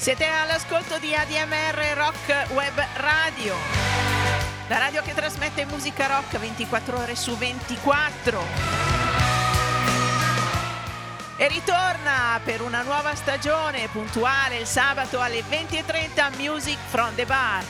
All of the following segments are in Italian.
Siete all'ascolto di ADMR Rock Web Radio, la radio che trasmette musica rock 24 ore su 24. E ritorna per una nuova stagione puntuale il sabato alle 20:30 Music from the Barn.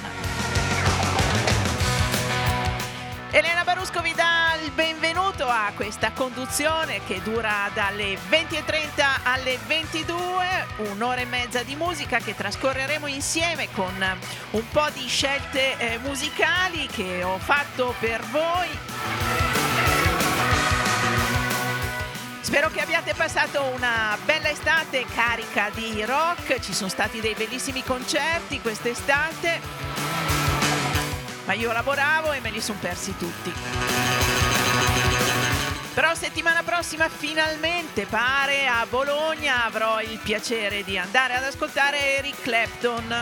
Elena Barusco vi dà il benvenuto a questa conduzione che dura dalle 20:30 alle 22, un'ora e mezza di musica che trascorreremo insieme con un po' di scelte musicali che ho fatto per voi. Spero che abbiate passato una bella estate carica di rock, ci sono stati dei bellissimi concerti quest'estate. Ma io lavoravo e me li sono persi tutti. Però settimana prossima finalmente pare a Bologna avrò il piacere di andare ad ascoltare Eric Clapton.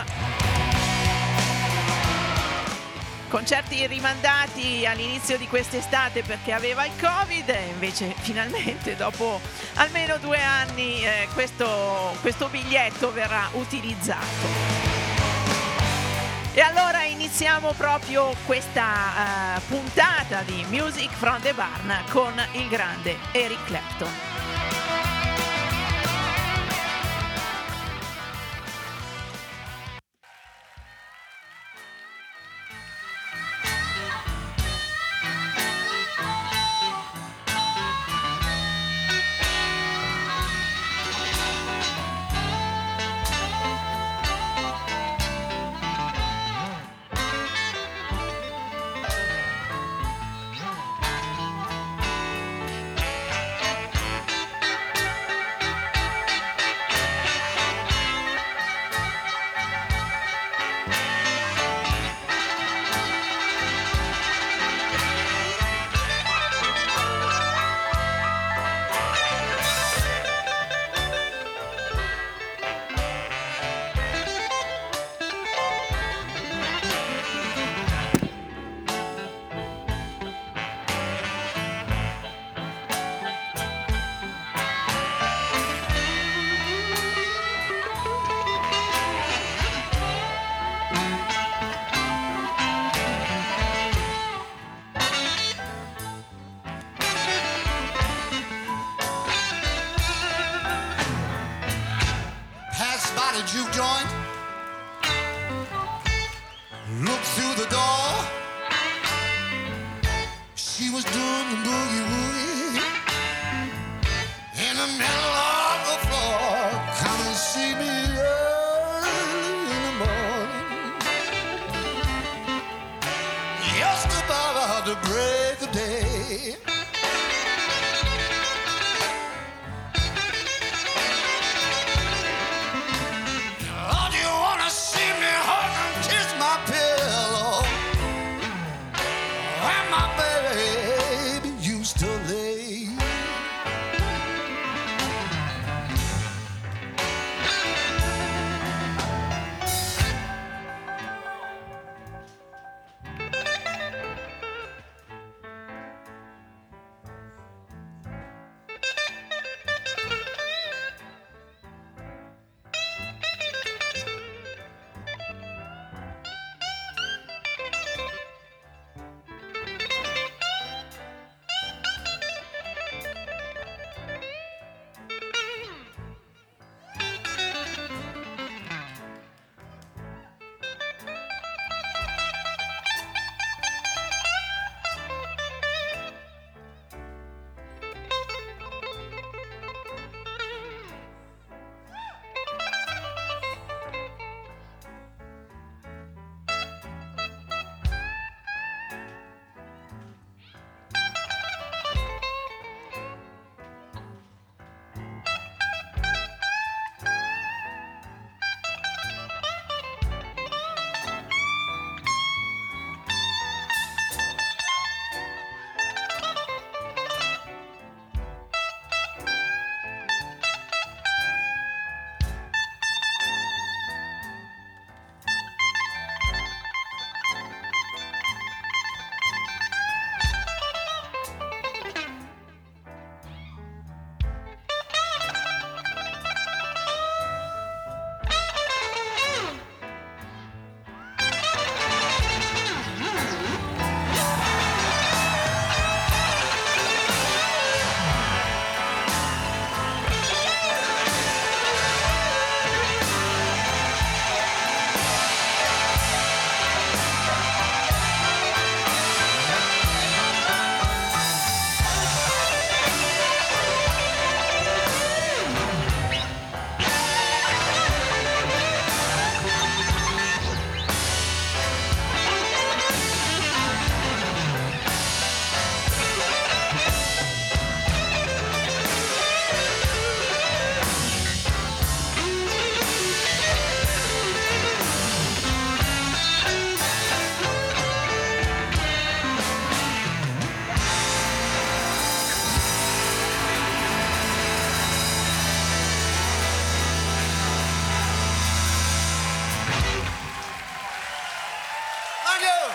Concerti rimandati all'inizio di quest'estate perché aveva il Covid e invece finalmente dopo almeno 2 anni questo biglietto verrà utilizzato. E allora iniziamo proprio questa puntata di Music from the Barn con il grande Eric Clapton. Juke joint, look through the door. She was doing the boogie woogie in the middle of the floor. Come and see me early in the morning, just about to break of day. Thank you.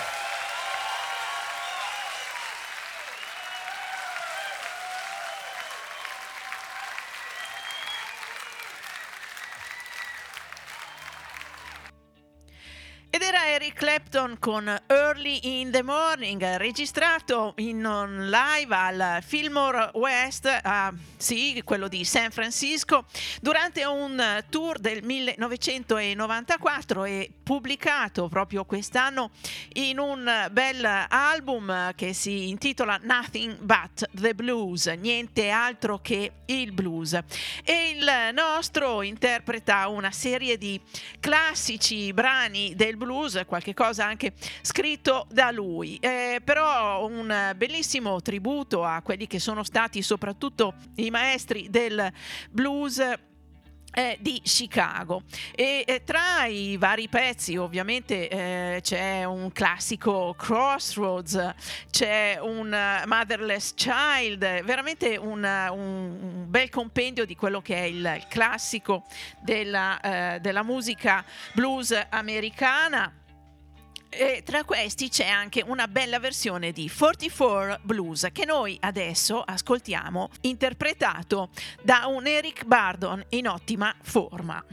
Ed era Eric Clapton con Early in the Morning, registrato in un live al Fillmore West, sì, quello di San Francisco, durante un tour del 1994 e pubblicato proprio quest'anno in un bel album che si intitola Nothing But the Blues, niente altro che il blues. E il nostro interpreta una serie di classici brani del blues, qualche cosa anche scritto da lui, però un bellissimo tributo a quelli che sono stati soprattutto i maestri del blues di Chicago. E tra i vari pezzi ovviamente c'è un classico Crossroads, c'è un Motherless Child, veramente un bel compendio di quello che è il classico della musica blues americana. E tra questi c'è anche una bella versione di 44 Blues che noi adesso ascoltiamo, interpretato da un Eric Burdon in ottima forma.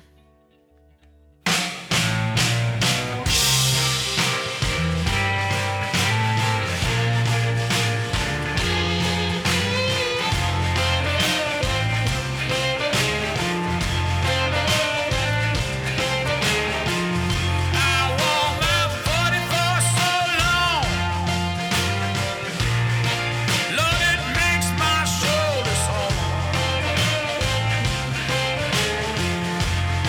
I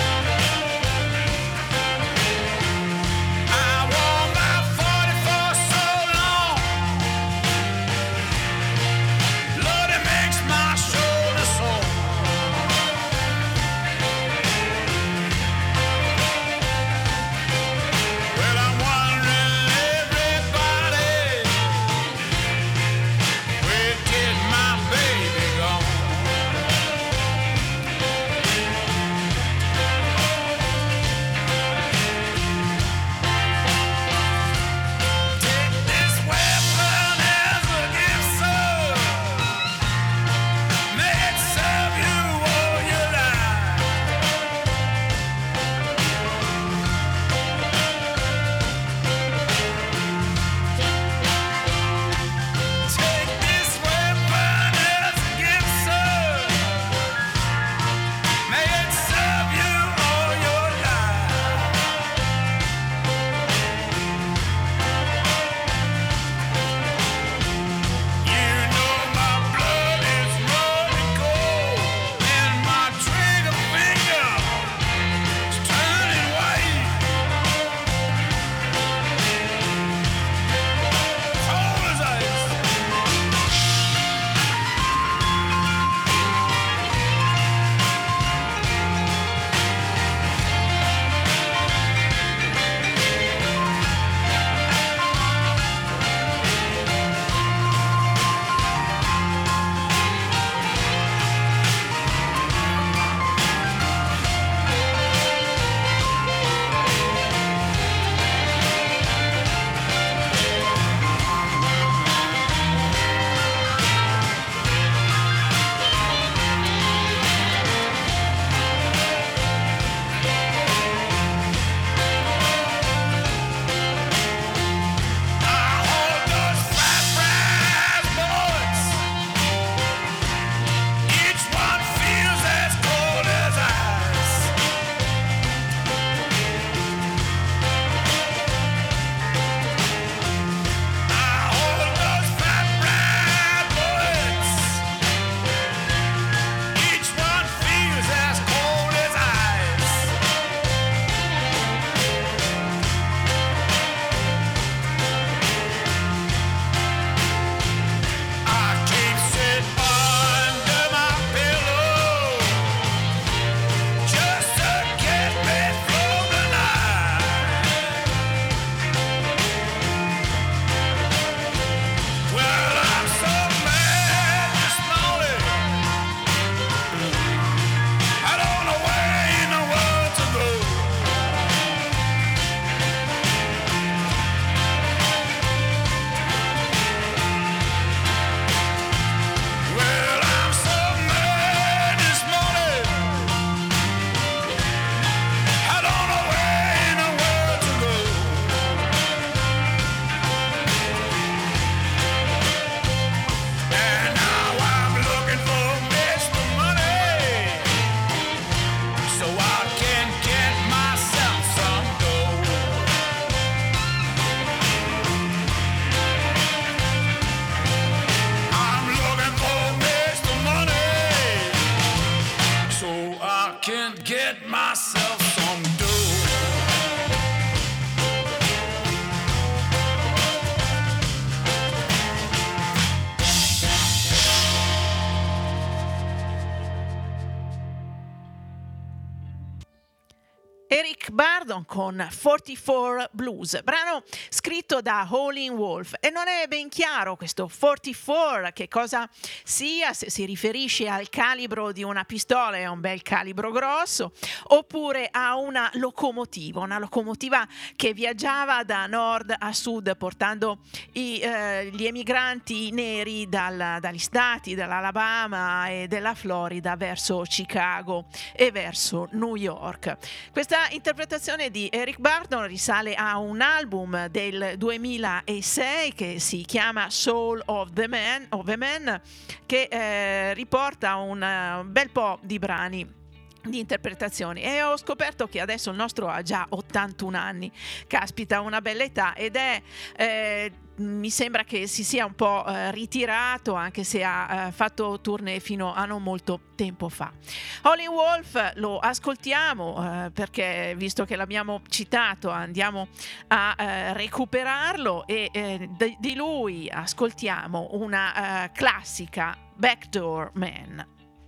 Eric Burdon con 44 Blues, brano scritto da Howlin' Wolf, e non è ben chiaro questo 44 che cosa sia, se si riferisce al calibro di una pistola, è un bel calibro grosso, oppure a una locomotiva che viaggiava da nord a sud portando gli emigranti neri dagli stati dell'Alabama e della Florida verso Chicago e verso New York. Questa interpretazione di Eric Burdon risale a un album del 2006 che si chiama Soul of the Man, che riporta un bel po' di brani di interpretazioni, e ho scoperto che adesso il nostro ha già 81 anni, caspita, una bella età, ed è mi sembra che si sia un po' ritirato, anche se ha fatto tournée fino a non molto tempo fa. Howlin' Wolf lo ascoltiamo perché, visto che l'abbiamo citato, andiamo a recuperarlo, e di lui ascoltiamo una classica, Backdoor Man.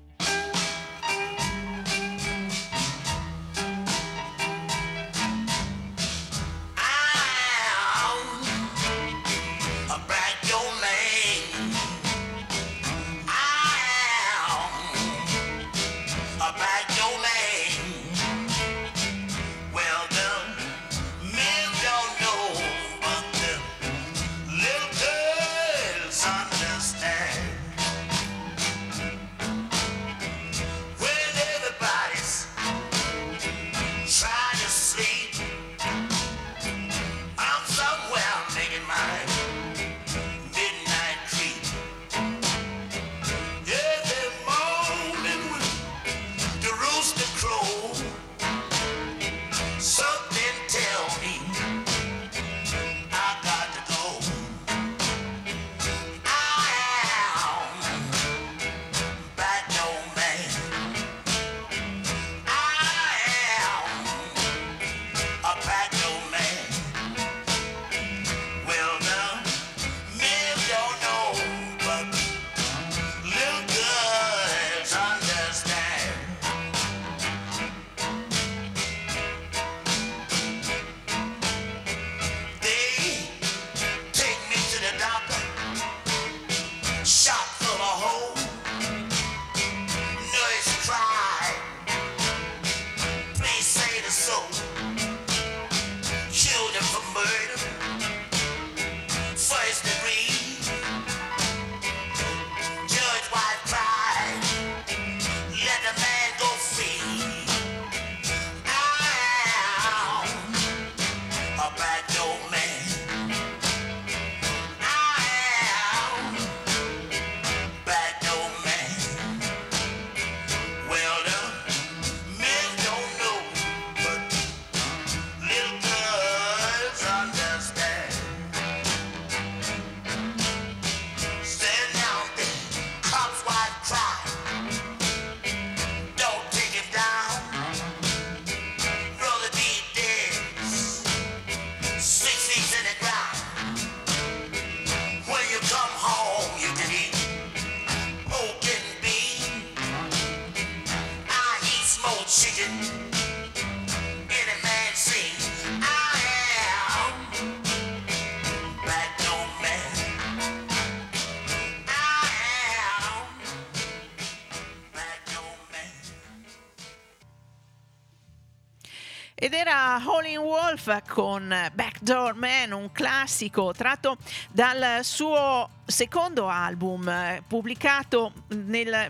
Ed era Howlin' Wolf con Backdoor Man, un classico tratto dal suo secondo album pubblicato nel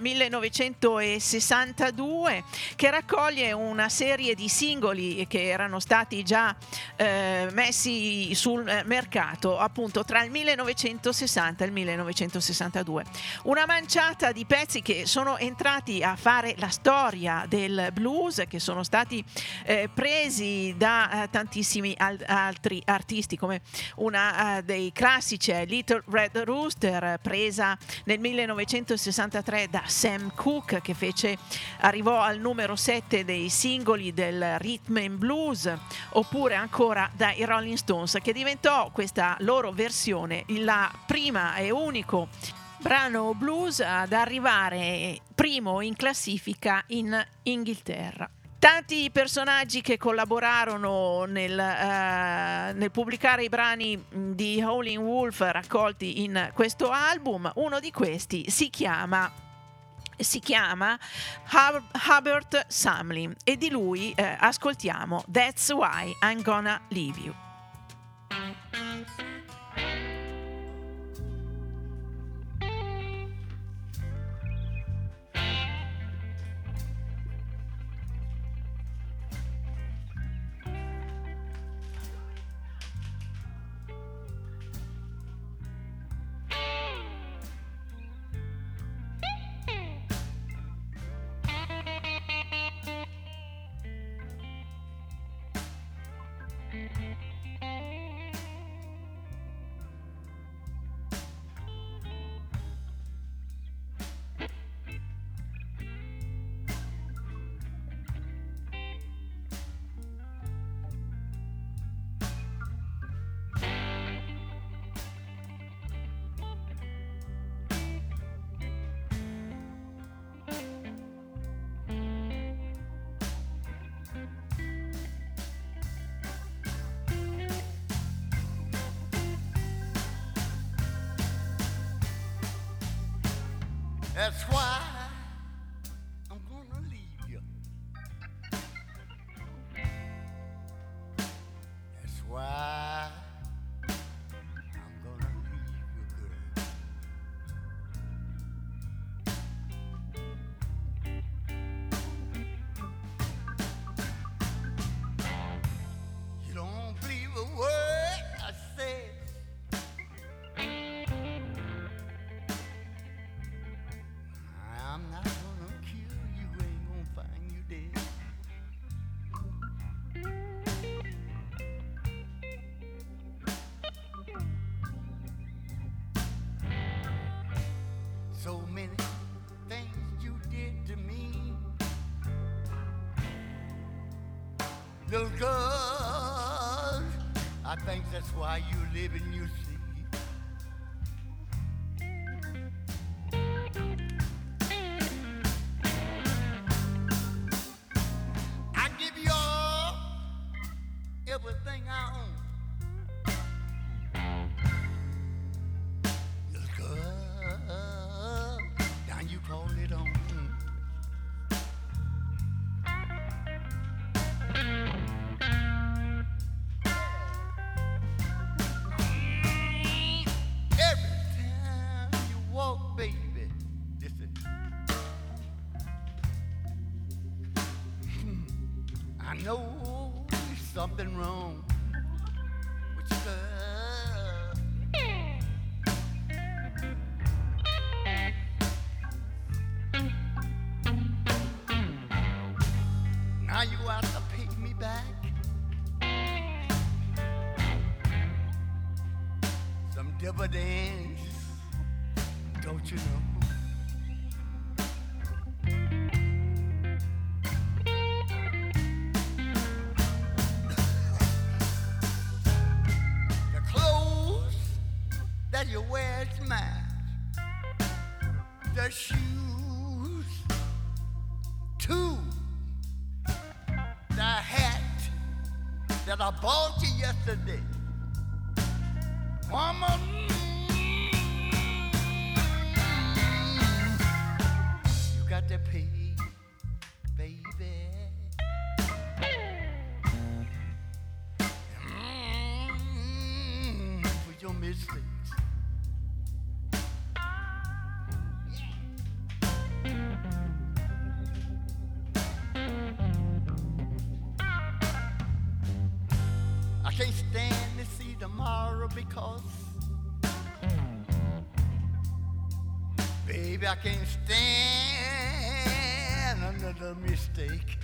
1962, che raccoglie una serie di singoli che erano stati già messi sul mercato appunto tra il 1960 e il 1962. Una manciata di pezzi che sono entrati a fare la storia del blues, che sono stati presi da tantissimi altri artisti, come una dei classici è Little Red Rooster, presa nel 1963 da Sam Cooke, che arrivò al numero 7 dei singoli del Rhythm and Blues, oppure ancora dai Rolling Stones, che diventò questa loro versione la prima e unico brano blues ad arrivare primo in classifica in Inghilterra. Tanti personaggi che collaborarono nel pubblicare i brani di Howlin' Wolf raccolti in questo album. Uno di questi si chiama Hubert Sumlin e di lui ascoltiamo That's Why I'm Gonna Leave You. That's why I'm gonna leave you. That's why I'm gonna leave you, girl. You don't believe a word I said. I'm not gonna kill you, ain't gonna find you dead. So many things you did to me, little girl. I think that's why you live in you see. Everything I own. Little girl, now you call it on. Every time you walk, baby, listen. I know something wrong with your girl. Now you have to pay me back some dividends, don't you know? You wear it's mine. The shoes, too. The hat that I bought you yesterday. Mama, you got to pay, baby. For your mistakes. I can't stand to see tomorrow because, baby, I can't stand another mistake.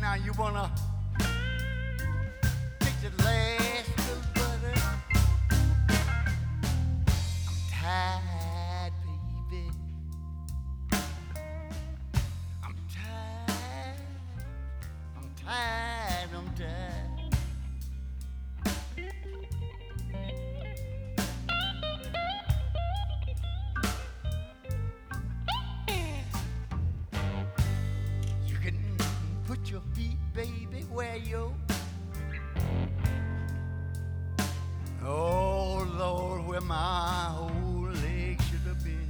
Now you wanna take the last little butter. I'm tired, baby. I'm tired. I'm tired. I'm tired. Put your feet, baby, where you. Oh, Lord, where my whole leg should have been.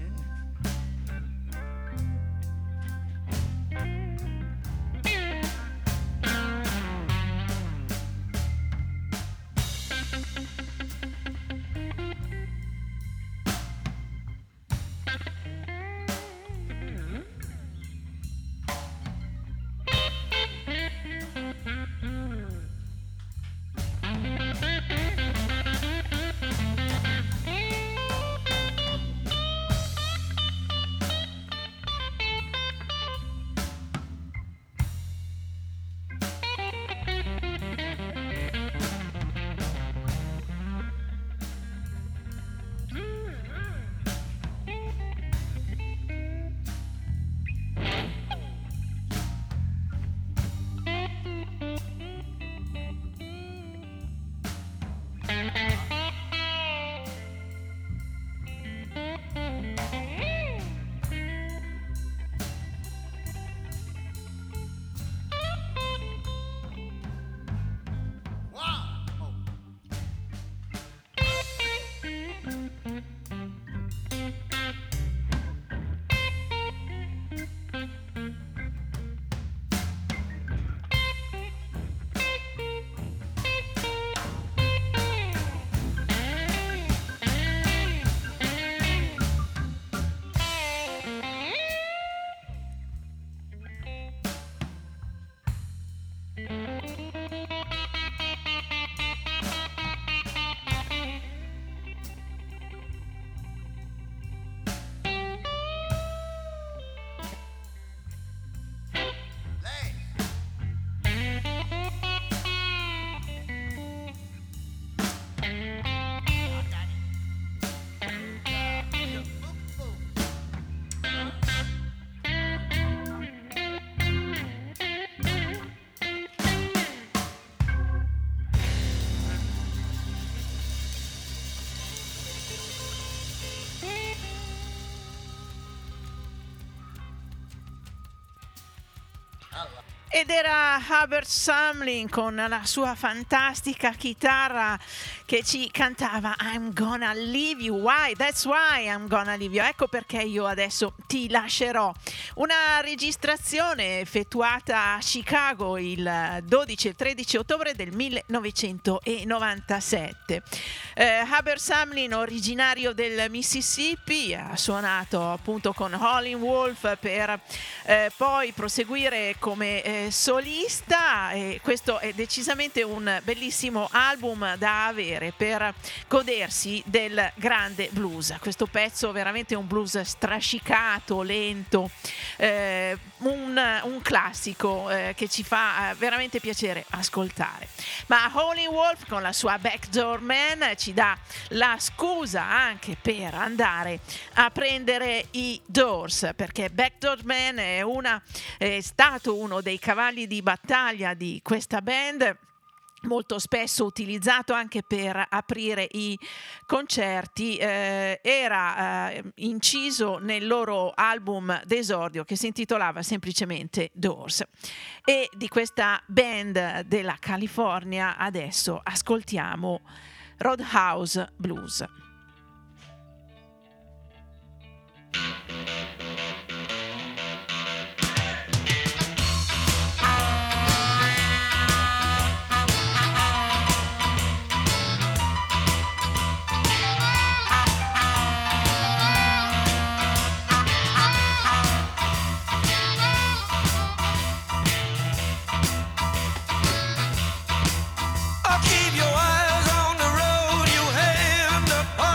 Ed era Hubert Sumlin con la sua fantastica chitarra che ci cantava I'm gonna leave you, why? That's why I'm gonna leave you. Ecco perché io adesso ti lascerò. Una registrazione effettuata a Chicago il 12 e il 13 ottobre del 1997. Hubert Sumlin, originario del Mississippi, ha suonato appunto con Howlin' Wolf per poi proseguire come solista, e questo è decisamente un bellissimo album da avere per godersi del grande blues. Questo pezzo veramente un blues strascicato, lento, un classico che ci fa veramente piacere ascoltare. Ma Howlin' Wolf con la sua Backdoor Man ci dà la scusa anche per andare a prendere i Doors, perché Backdoor Man è stato uno dei cavalli di battaglia di questa band, molto spesso utilizzato anche per aprire i concerti. Era inciso nel loro album d'esordio che si intitolava semplicemente Doors, e di questa band della California adesso ascoltiamo Roadhouse Blues. Keep your eyes on the road, you hand up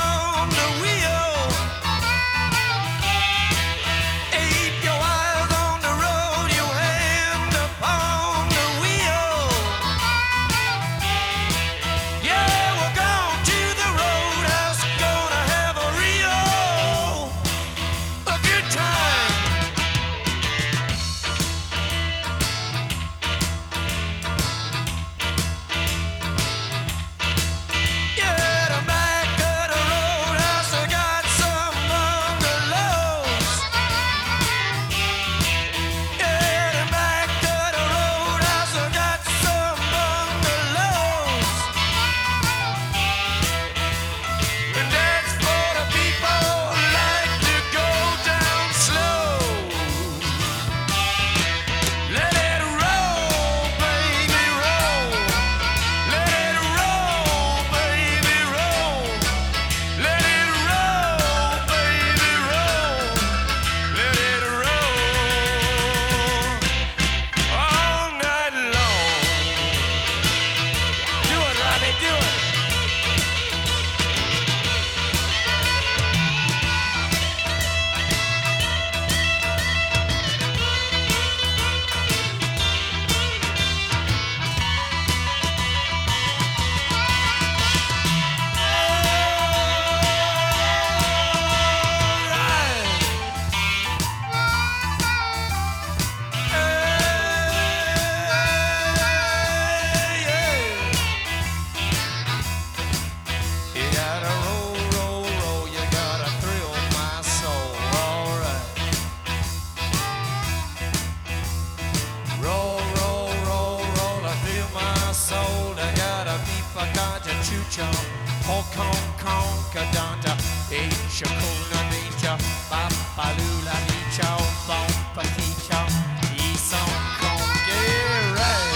Beach, Hong Kong, Conca, Asia, Kona, Ninja, Papalula, Nicha, Bomba, Nicha, East Hong Kong, yeah, right.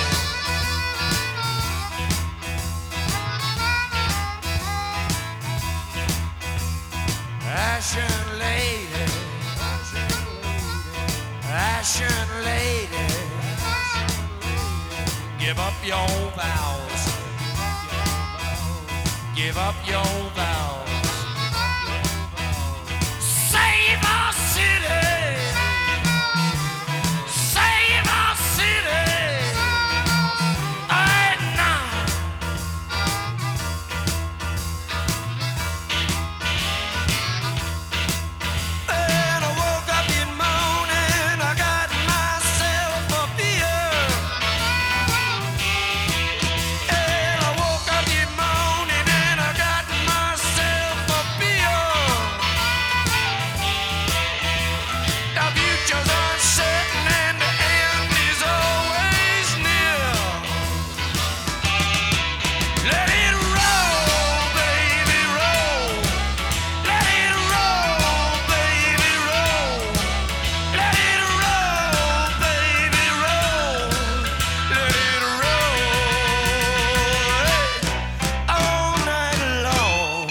Ashen lady, Ashen lady, give up your vows, give up your vows. Save our city, save our city, right now. And I woke up in morning, I got myself a beer. And I woke up in morning and I got myself a beer. The future's uncertain and the end is always near. Let it roll, baby, roll. Let it roll, baby, roll. Let it roll, baby, roll. Let it roll all night long.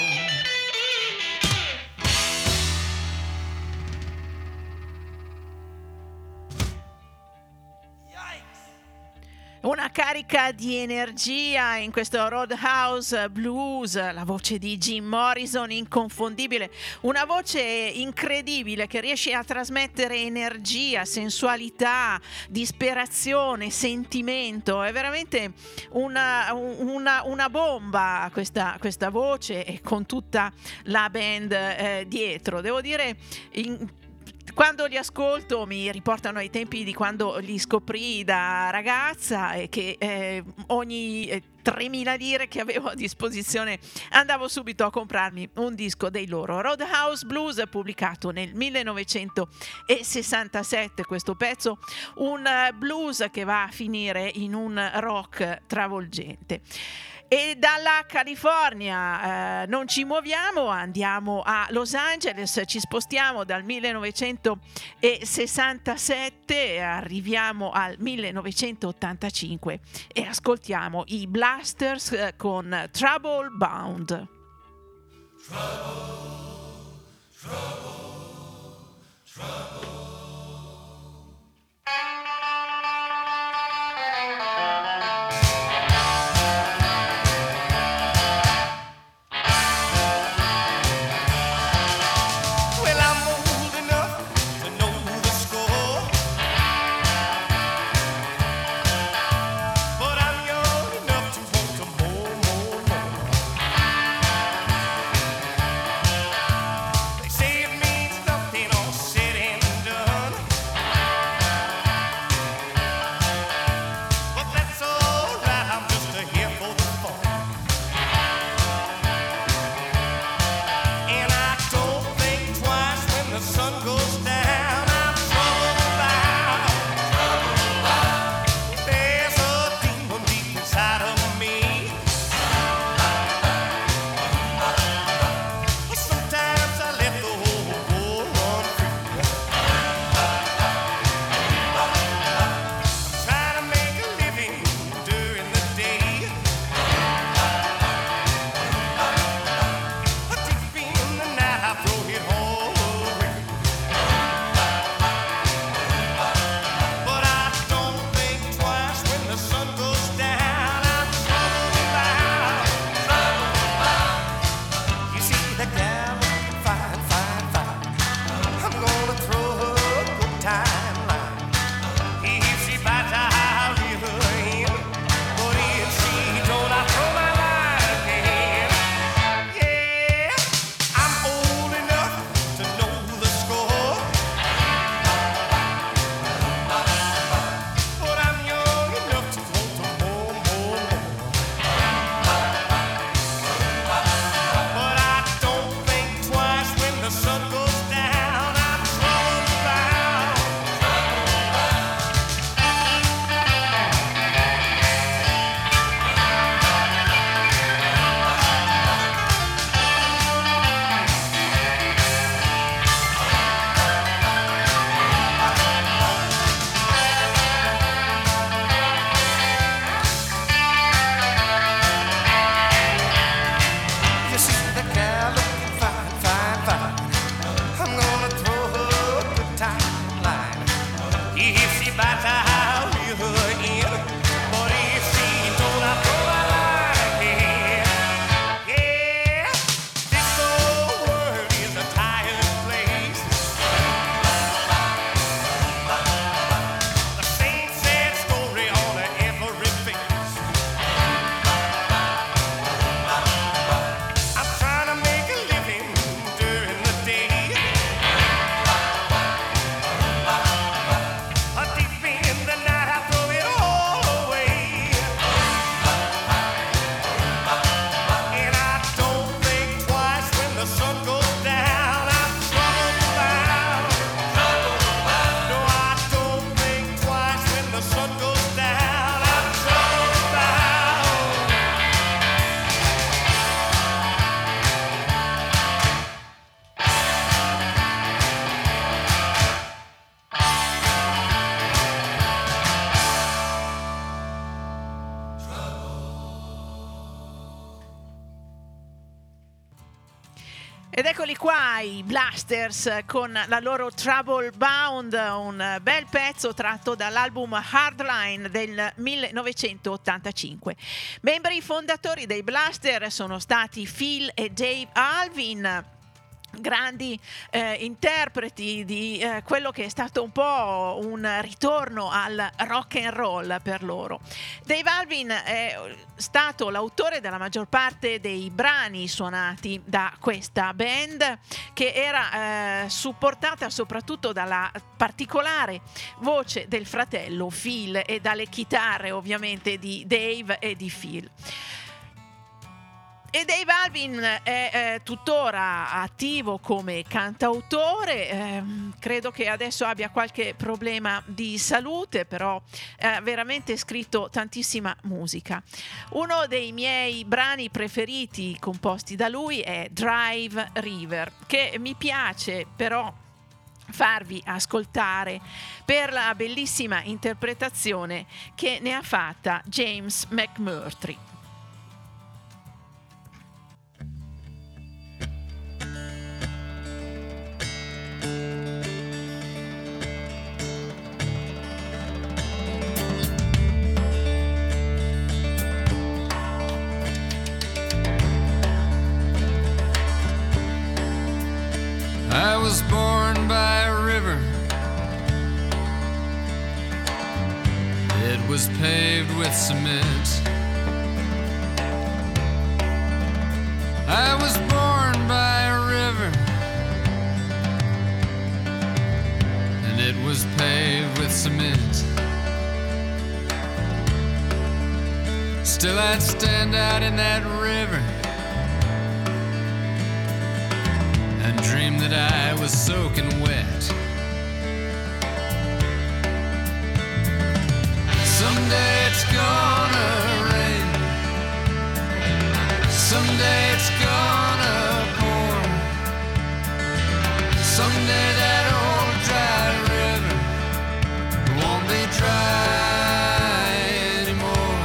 Una carica di energia in questo Roadhouse Blues, la voce di Jim Morrison inconfondibile, una voce incredibile che riesce a trasmettere energia, sensualità, disperazione, sentimento. È veramente una bomba questa voce, e con tutta la band dietro. Devo dire, quando li ascolto mi riportano ai tempi di quando li scoprì da ragazza, e che ogni 3.000 lire che avevo a disposizione andavo subito a comprarmi un disco dei loro. Roadhouse Blues, pubblicato nel 1967, questo pezzo, un blues che va a finire in un rock travolgente. E dalla California non ci muoviamo, andiamo a Los Angeles, ci spostiamo dal 1967, arriviamo al 1985 e ascoltiamo i Blasters con Trouble Bound. Well, I'm old enough to know the score, but I'm young enough to want to more. They say it means nothing all said and done. Ed eccoli qua i Blasters con la loro Trouble Bound, un bel pezzo tratto dall'album Hardline del 1985. Membri fondatori dei Blasters sono stati Phil e Dave Alvin, grandi interpreti di quello che è stato un po' un ritorno al rock and roll per loro. Dave Alvin è stato l'autore della maggior parte dei brani suonati da questa band, che era supportata soprattutto dalla particolare voce del fratello Phil e dalle chitarre ovviamente di Dave e di Phil. E Dave Alvin è tuttora attivo come cantautore, credo che adesso abbia qualche problema di salute, però ha veramente scritto tantissima musica. Uno dei miei brani preferiti composti da lui è Drive River, che mi piace però farvi ascoltare per la bellissima interpretazione che ne ha fatta James McMurtry. I was born by a river. It was paved with cement. I was born by a river, and it was paved with cement. Still I'd stand out in that river and dream that I was soaking wet. Someday it's gonna rain. Someday it's gonna pour. Someday that old dry river won't be dry anymore.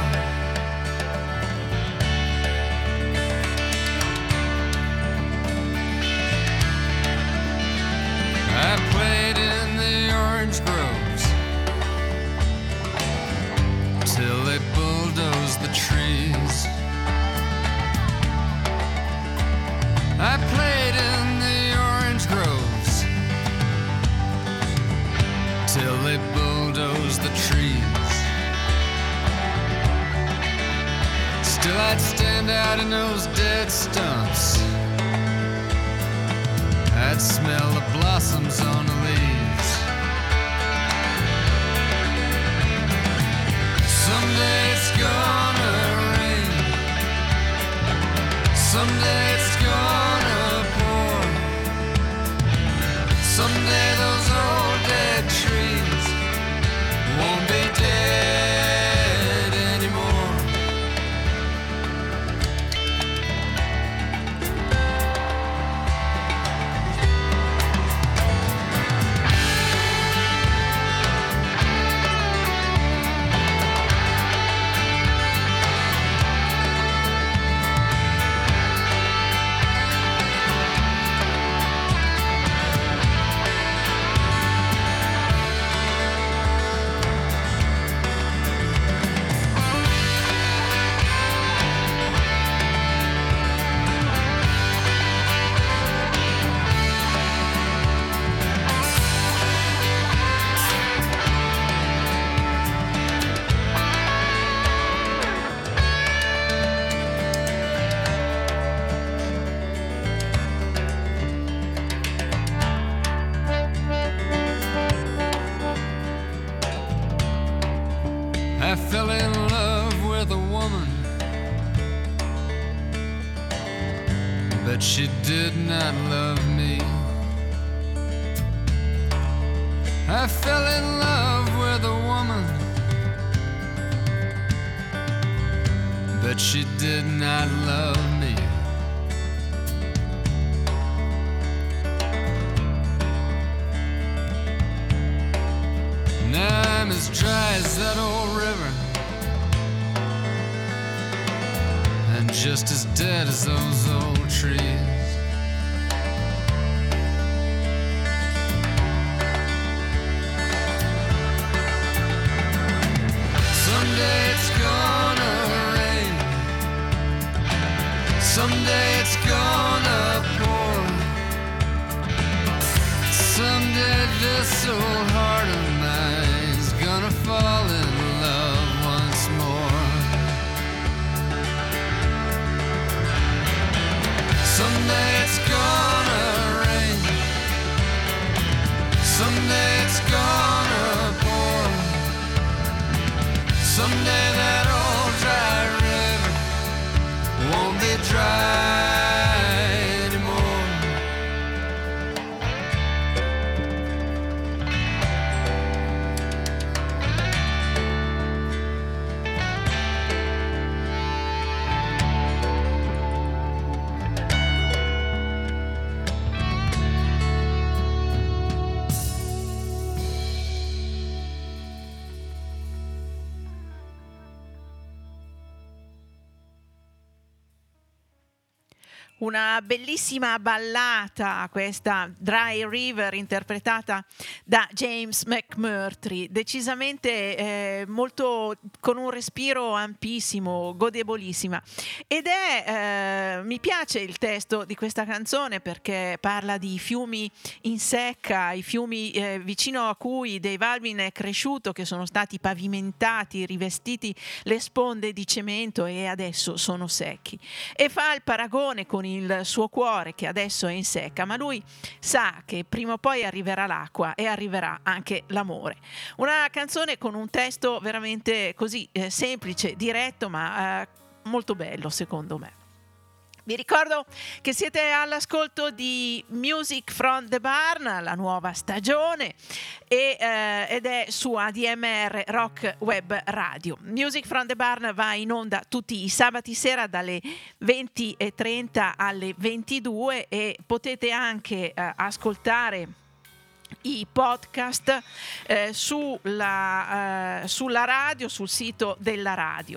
I played in the orange groves till they bulldozed the trees. I played in the orange groves till they bulldozed the trees. Still I'd stand out in those dead stumps. I'd smell the blossoms on the leaves. Someday it's gonna rain. Someday it's gonna pour. Someday those old dead trees won't be dead anymore. I fell in love with a woman, but she did not love me. I fell in love with a woman, but she did not love me. Now I'm as dry as that old river, and just as dead as those old trees. it's gonna rain. Someday it's gonna pour. Someday this old heart of mine's gonna fall in love once more. Someday it's gonna rain. Someday it's gonna pour. Someday that old dry river won't be dry anymore. Una bellissima ballata, questa Dry River, interpretata da James McMurtry, decisamente molto, con un respiro ampissimo, godevolissima. Ed mi piace il testo di questa canzone perché parla di fiumi in secca, i fiumi vicino a cui Dave Alvin è cresciuto, che sono stati pavimentati, rivestiti le sponde di cemento e adesso sono secchi. E fa il paragone con il suo cuore che adesso è in secca, ma lui sa che prima o poi arriverà l'acqua e arriverà anche l'amore. Una canzone con un testo veramente così semplice, diretto, ma molto bello secondo me. Vi ricordo che siete all'ascolto di Music from the Barn, la nuova stagione, ed è su ADMR Rock Web Radio. Music from the Barn va in onda tutti i sabati sera dalle 20:30 alle 22 e potete anche ascoltare i podcast sulla radio, sul sito della radio.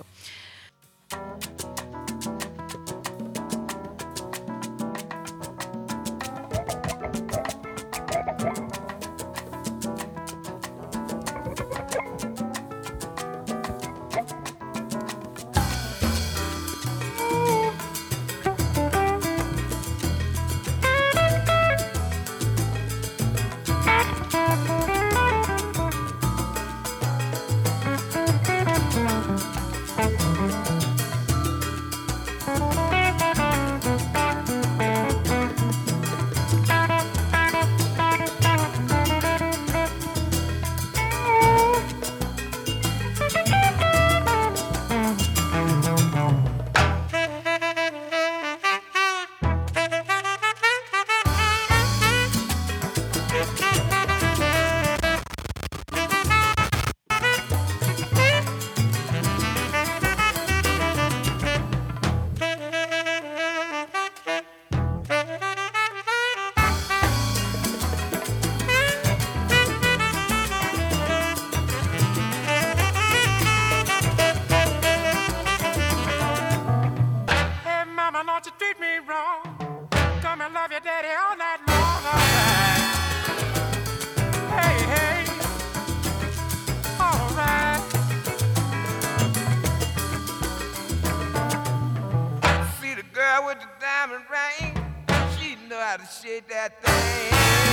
Shake that thing.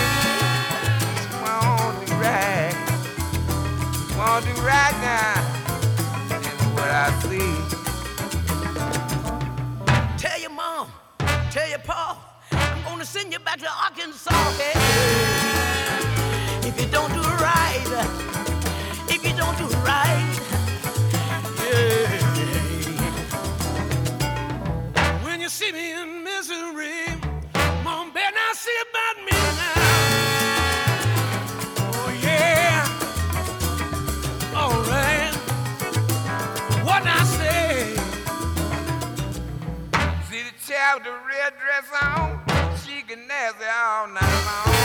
Won't do right. Won't do right now. That's what I see. Tell your mom, tell your pa, I'm gonna send you back to Arkansas. Hey, if you don't do right, if you don't do right, yeah. When you see me in misery, mom, better not see about me now. Oh yeah, all right. What I say? See the child with the red dress on, she can nasty all night long.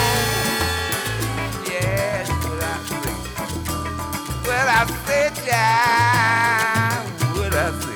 Yeah, that's what I say. Well, I said, child, what I say?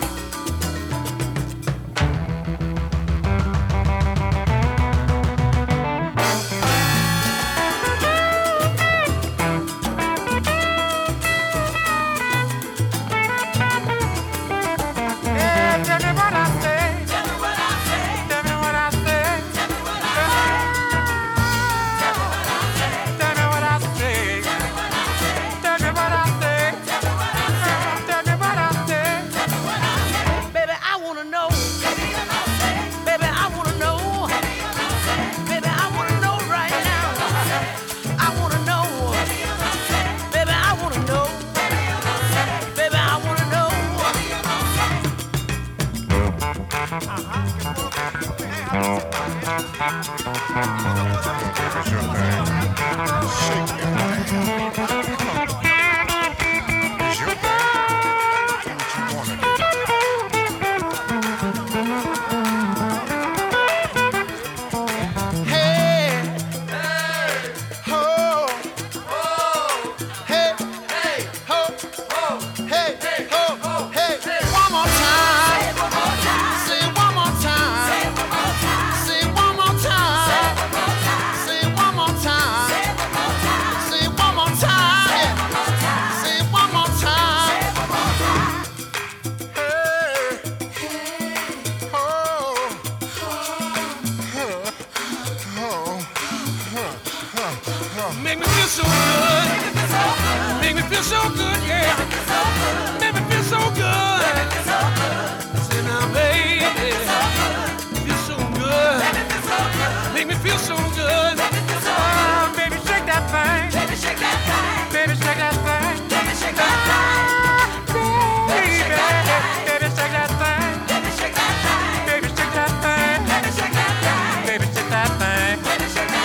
Make me feel so good. Make me feel so good, yeah. Make me feel so good. Say now, baby, feel so good. Make me feel so good. Oh, baby, shake that thing. Baby, shake that thing. Baby, shake that thing. Baby, shake that thing. Baby, shake that thing. Baby, shake that thing. Baby, shake that thing. Baby, shake that thing. Baby, shake that thing. Baby, shake that thing.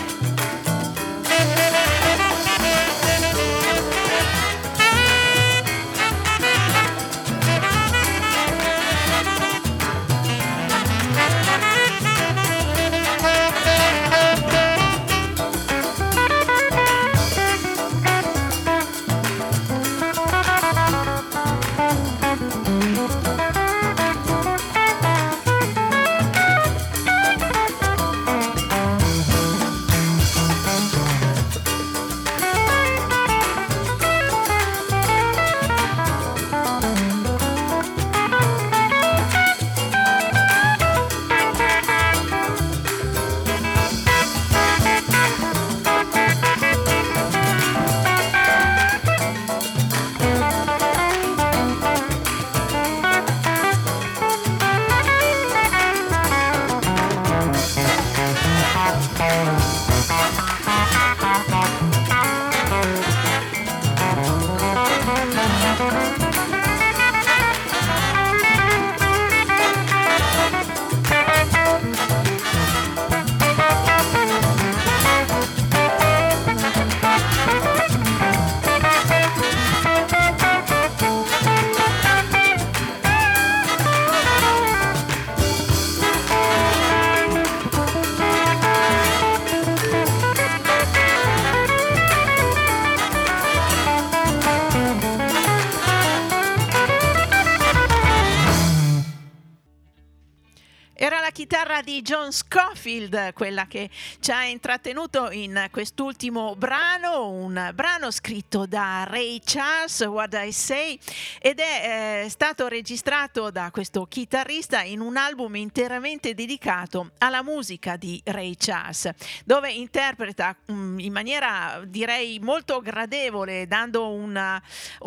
Chitarra di John Scofield, quella che ci ha intrattenuto in quest'ultimo brano, un brano scritto da Ray Charles, What I Say, ed è stato registrato da questo chitarrista in un album interamente dedicato alla musica di Ray Charles, dove interpreta in maniera direi molto gradevole, dando una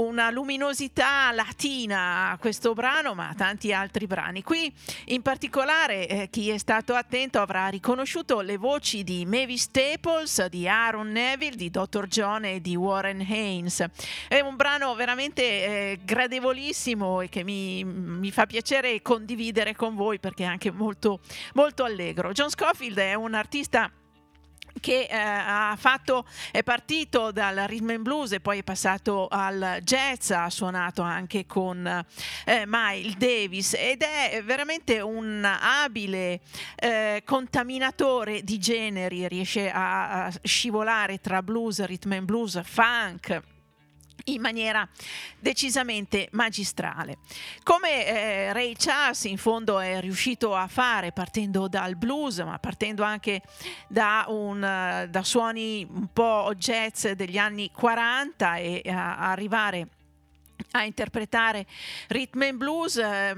luminosità latina a questo brano, ma a tanti altri brani. Qui in particolare chi è stato attento avrà riconosciuto le voci di Mavis Staples, di Aaron Neville, di Dr. John e di Warren Haynes. È un brano veramente gradevolissimo e che mi fa piacere condividere con voi perché è anche molto, molto allegro. John Scofield è un artista che è partito dal rhythm and blues e poi è passato al jazz, ha suonato anche con Miles Davis ed è veramente un abile contaminatore di generi, riesce a scivolare tra blues, rhythm and blues, funk in maniera decisamente magistrale, come Ray Charles in fondo è riuscito a fare partendo dal blues, ma partendo anche da suoni un po' jazz degli anni 40 e a arrivare a interpretare rhythm and blues,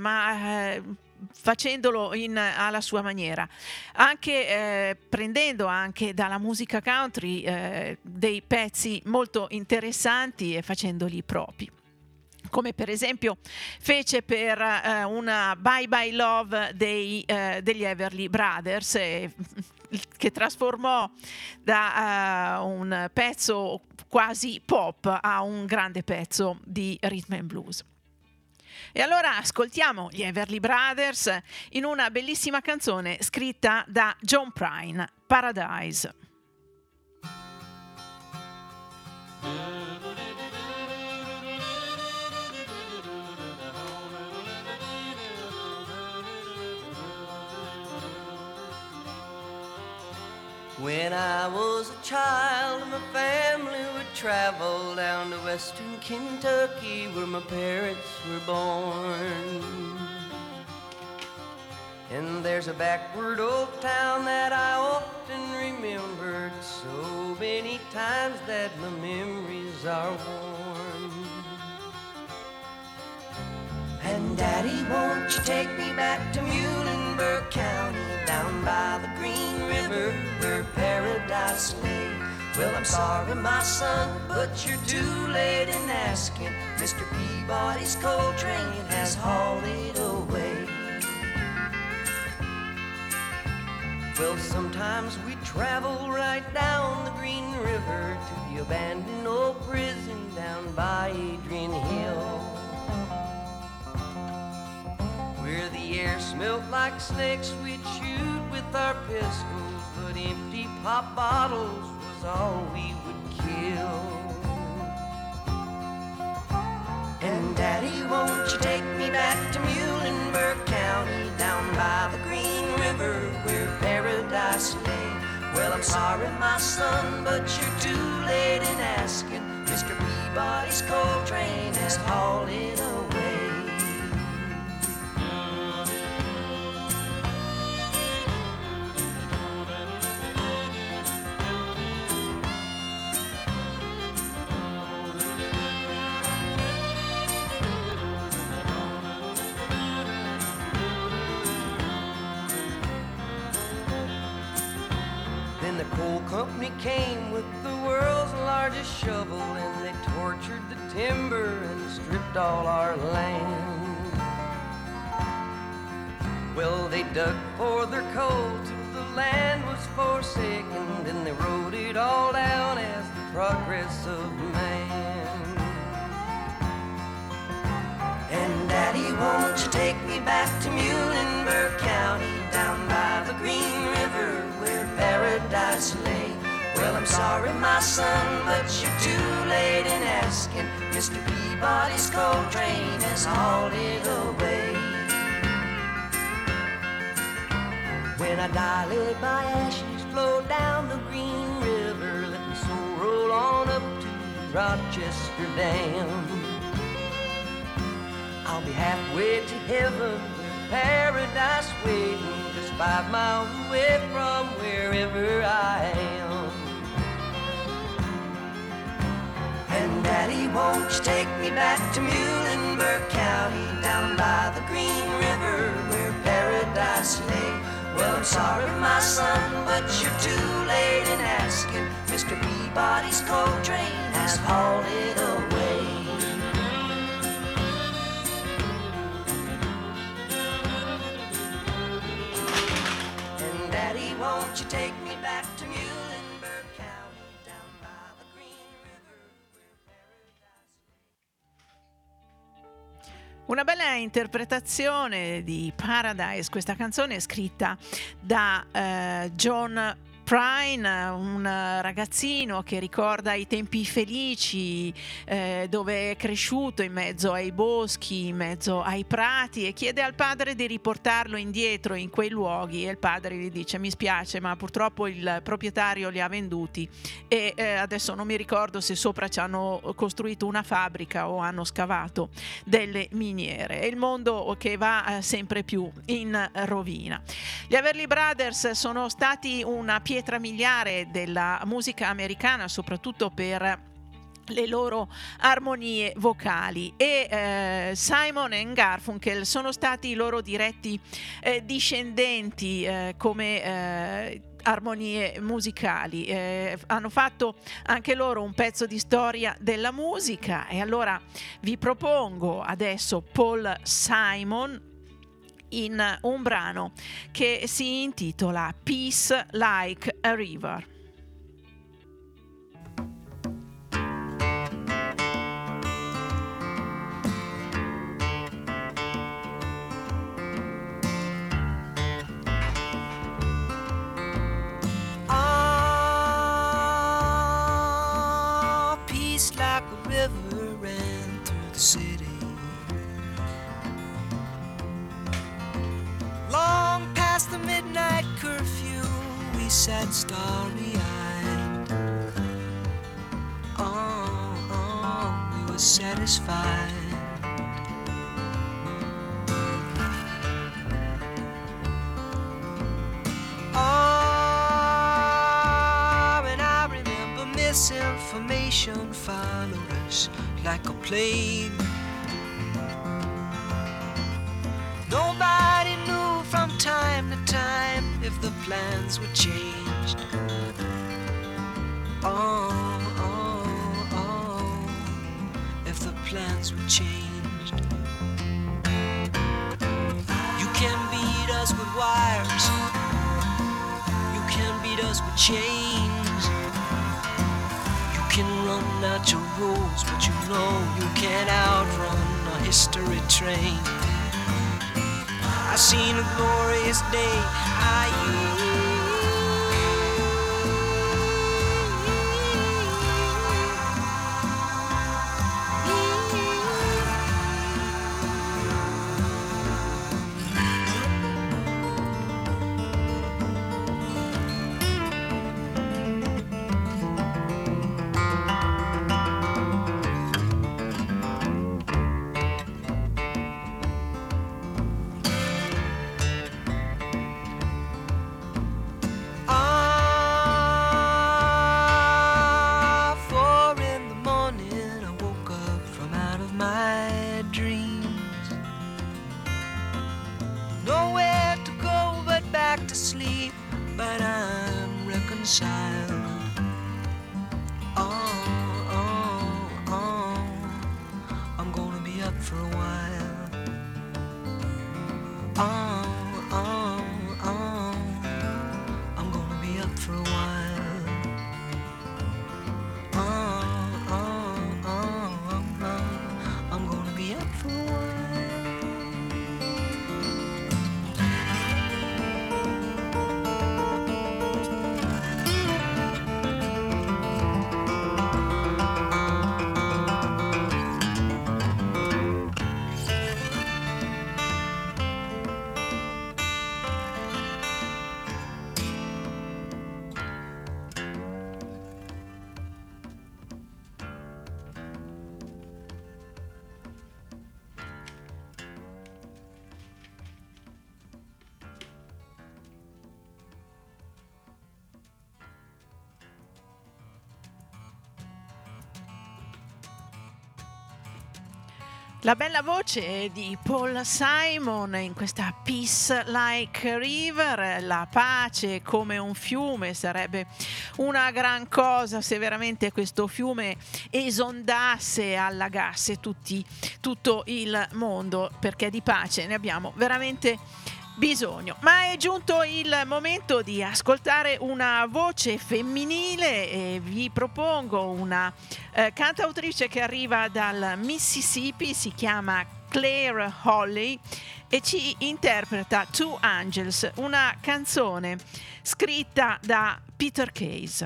facendolo alla sua maniera, anche prendendo anche dalla musica country dei pezzi molto interessanti e facendoli propri, come per esempio fece per una Bye Bye Love degli Everly Brothers, che trasformò da un pezzo quasi pop a un grande pezzo di rhythm and blues. E allora ascoltiamo gli Everly Brothers in una bellissima canzone scritta da John Prine, Paradise. When I was a child, my family would travel down to western Kentucky where my parents were born. And there's a backward old town that I often remembered so many times that my memories are worn. And Daddy, won't you take me back to Muhlenberg County, down by the Green River where paradise lay? Well, I'm sorry, my son, but you're too late in asking. Mr. Peabody's coal train has hauled it away. Well, sometimes we travel right down the Green River to the abandoned old prison down by Adrian Hill, where the air smelled like snakes we'd shoot with our pistols, but empty pop bottles was all we would kill. And Daddy, won't you take me back to Muhlenberg County, down by the Green River where paradise lay? Well, I'm sorry, my son, but you're too late in asking. Mr. Peabody's coal train has hauled it away. Then the coal company came with the world's largest shovel, and they tortured the timber and stripped all our land. Well, they dug for their coal till the land was forsaken, then they wrote it all down as the progress of man. And Daddy, won't you take me back to Muhlenberg County, down by the Green River where paradise lay? Well, I'm sorry, my son, but you're too late in asking. Mr. Peabody's coal train has hauled it away. When I die, let my ashes flow down the Green River, let my soul roll on up to Rochester Dam. I'll be halfway to heaven, with paradise waiting, just 5 miles away from wherever I am. And Daddy, won't you take me back to Muhlenberg County, down by the Green River where paradise lay? Well, I'm sorry, my son, but you're too late in asking. Mr. Peabody's coal train has hauled it away. And Daddy, won't you take me back to Muhlenberg County, down by the Green River where paradise lay? Una bella interpretazione di Paradise, questa canzone è scritta da John Prine, un ragazzino che ricorda i tempi felici dove è cresciuto in mezzo ai boschi, in mezzo ai prati, e chiede al padre di riportarlo indietro in quei luoghi, e il padre gli dice: mi spiace, ma purtroppo il proprietario li ha venduti e adesso non mi ricordo se sopra ci hanno costruito una fabbrica o hanno scavato delle miniere. È il mondo che va sempre più in rovina. Gli Everly Brothers sono stati una pietra miliare della musica americana, soprattutto per le loro armonie vocali, e Simon e Garfunkel sono stati i loro diretti discendenti come armonie musicali. Hanno fatto anche loro un pezzo di storia della musica, e allora vi propongo adesso Paul Simon in un brano che si intitola Peace Like a River. sad, starry-eyed. We were satisfied. And I remember misinformation followed us like a plague. Nobody knew from time to time if the plans were changed. If the plans were changed. You can beat us with wires. You can beat us with chains. You can run out your rules, but you know you can't outrun a history train. I seen a glorious day. La bella voce di Paul Simon in questa Peace Like River, la pace come un fiume. Sarebbe una gran cosa se veramente questo fiume esondasse, allagasse tutto il mondo, perché di pace ne abbiamo veramente bisogno. Ma è giunto il momento di ascoltare una voce femminile e vi propongo una cantautrice che arriva dal Mississippi, si chiama Claire Holly e ci interpreta Two Angels, una canzone scritta da Peter Case.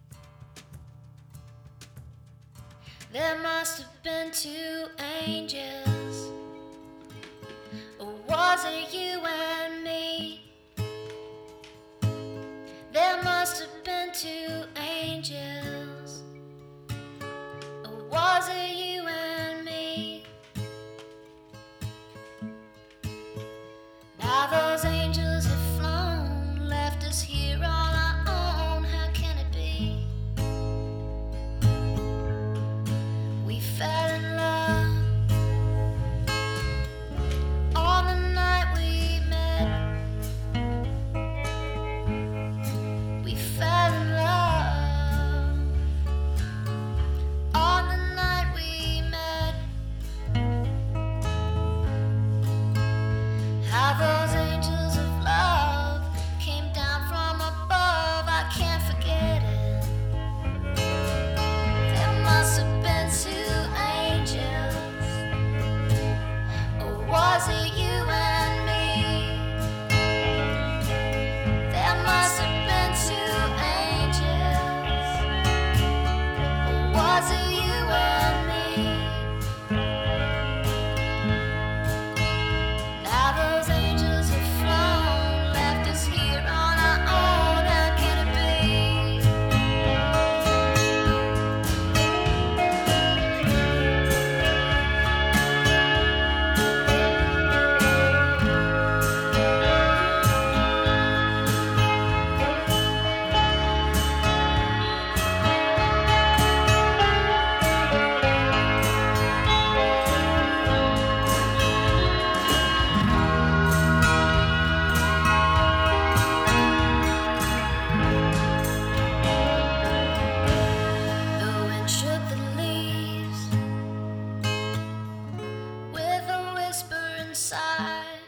There must have been two angels. Or was it you and me? There must have been two angels. Or was it you and me? Now those angels have flown, left us here on our own. How can it be? We fell in love on the night we met. We fell in love on the night we met. How those angels of love came down from above, I can't forget it. There must have been two angels. Or was it you and me? There must have been two angels. Or was it you and me? Now those angels side.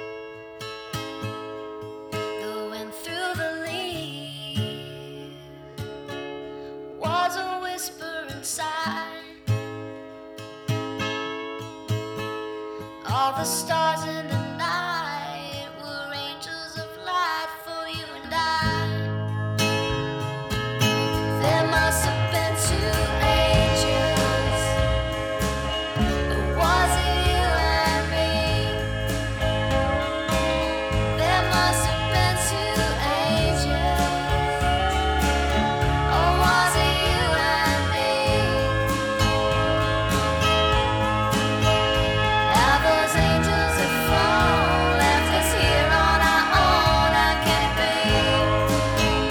The wind through the leaves was a whisper inside. All the stars in the night were angels of light for you and I. There must have been two angels. Or was it you and me? There must have been two angels. Or was it you and me? Now those angels have flown, left us here on our own. How can it be?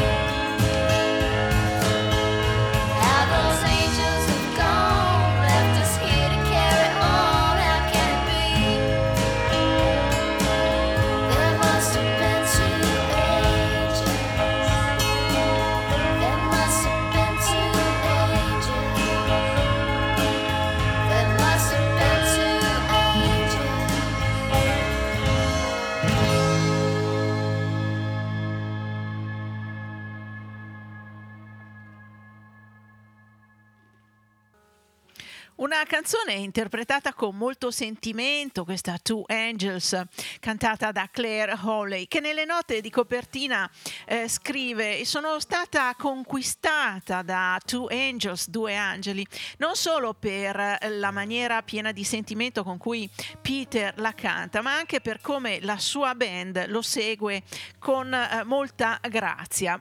Now those angels have gone, left us here to carry on. How can it be? There must have been two angels. There must have been two angels. There must have been two angels. Una canzone interpretata con molto sentimento, questa Two Angels, cantata da Claire Hawley, che nelle note di copertina scrive: sono stata conquistata da Two Angels, due angeli, non solo per la maniera piena di sentimento con cui Peter la canta, ma anche per come la sua band lo segue con molta grazia,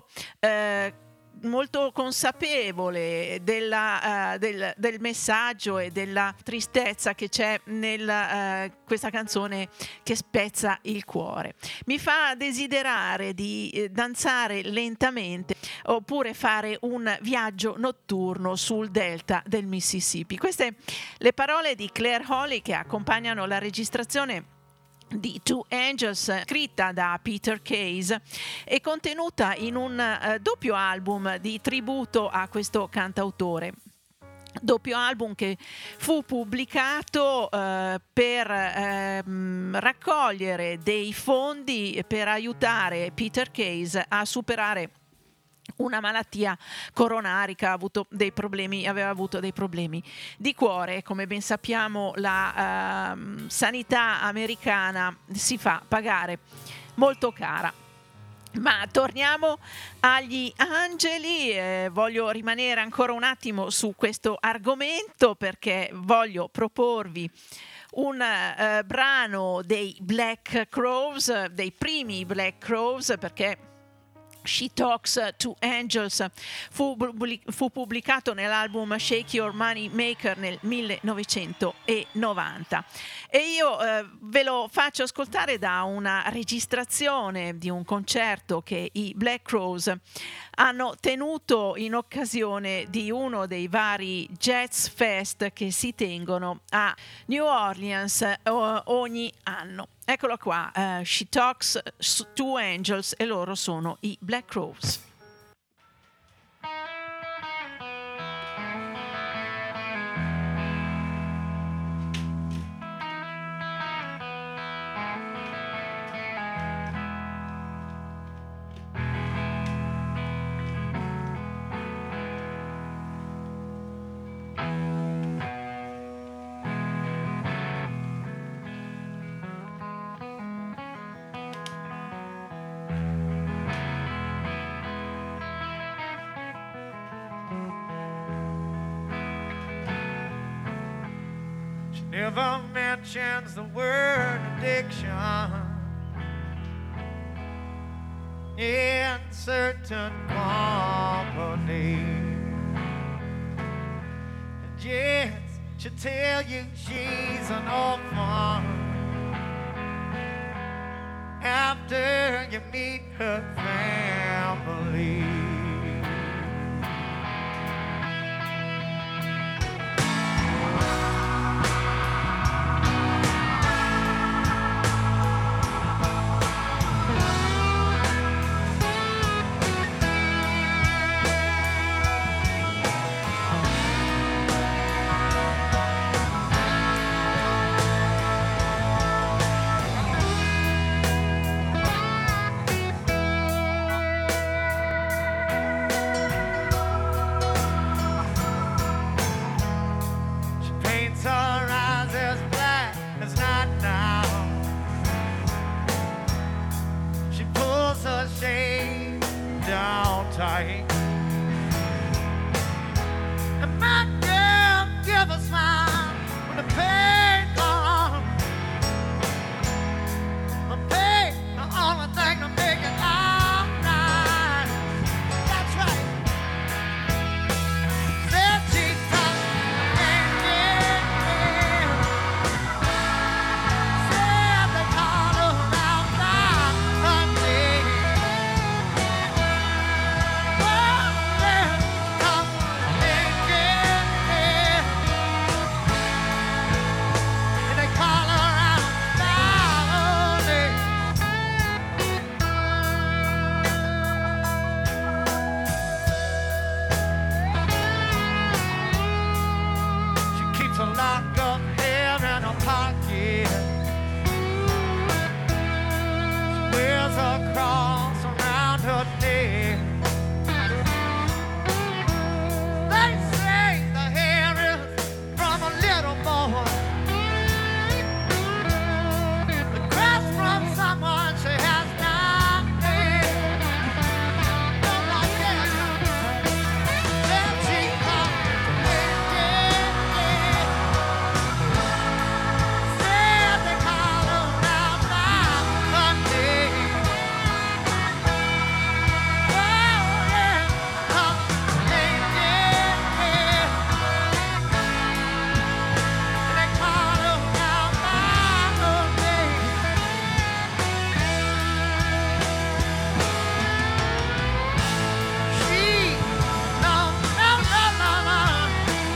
molto consapevole del messaggio e della tristezza che c'è nel questa canzone che spezza il cuore. Mi fa desiderare di danzare lentamente oppure fare un viaggio notturno sul delta del Mississippi. Queste le parole di Claire Hawley che accompagnano la registrazione di Two Angels, scritta da Peter Case e contenuta in un doppio album di tributo a questo cantautore. Doppio album che fu pubblicato per raccogliere dei fondi per aiutare Peter Case a superare una malattia coronarica, aveva avuto dei problemi di cuore. Come ben sappiamo, la sanità americana si fa pagare molto cara. Ma torniamo agli angeli, voglio rimanere ancora un attimo su questo argomento perché voglio proporvi un brano dei Black Crowes, dei primi Black Crowes, perché She Talks to Angels fu pubblicato nell'album Shake Your Money Maker nel 1990 e io ve lo faccio ascoltare da una registrazione di un concerto che i Black Crowes hanno tenuto in occasione di uno dei vari Jazz Fest che si tengono a New Orleans ogni anno. Eccolo qua, She Talks to Angels e loro sono i Black Crowes. Never mentions the word addiction in certain company. And yes, she'll tell you she's an orphan after you meet her family. right. And my girl give a smile when the pain gone on. The pain, the only thing to make it all right. That's right. Said she thought, yeah. Said they called her out by her name. Oh, yeah, come, yeah. And they call her out by her name. She keeps a lock of hair in her pocket. She wears a cross around her neck. They say the hair is from a little boy. The cross from someone she has not had. Don't like that. Then she comes, yeah. Said they call her out by her name. Oh, yeah. Yeah. And they call her out by her name. She, no, no, no, no, no.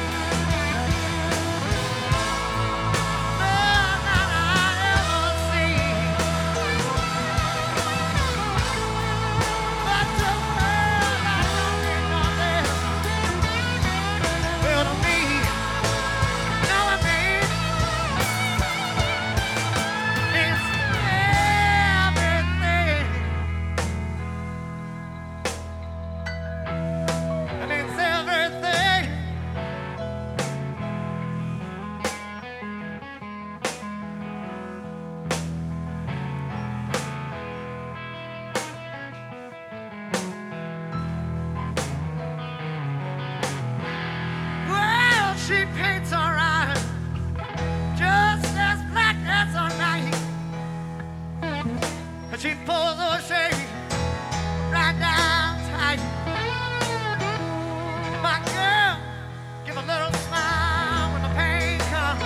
Everything. Well, she paints her eyes just as black as her night. And she pulls her shade right down tight. My girl, give a little smile when the pain comes.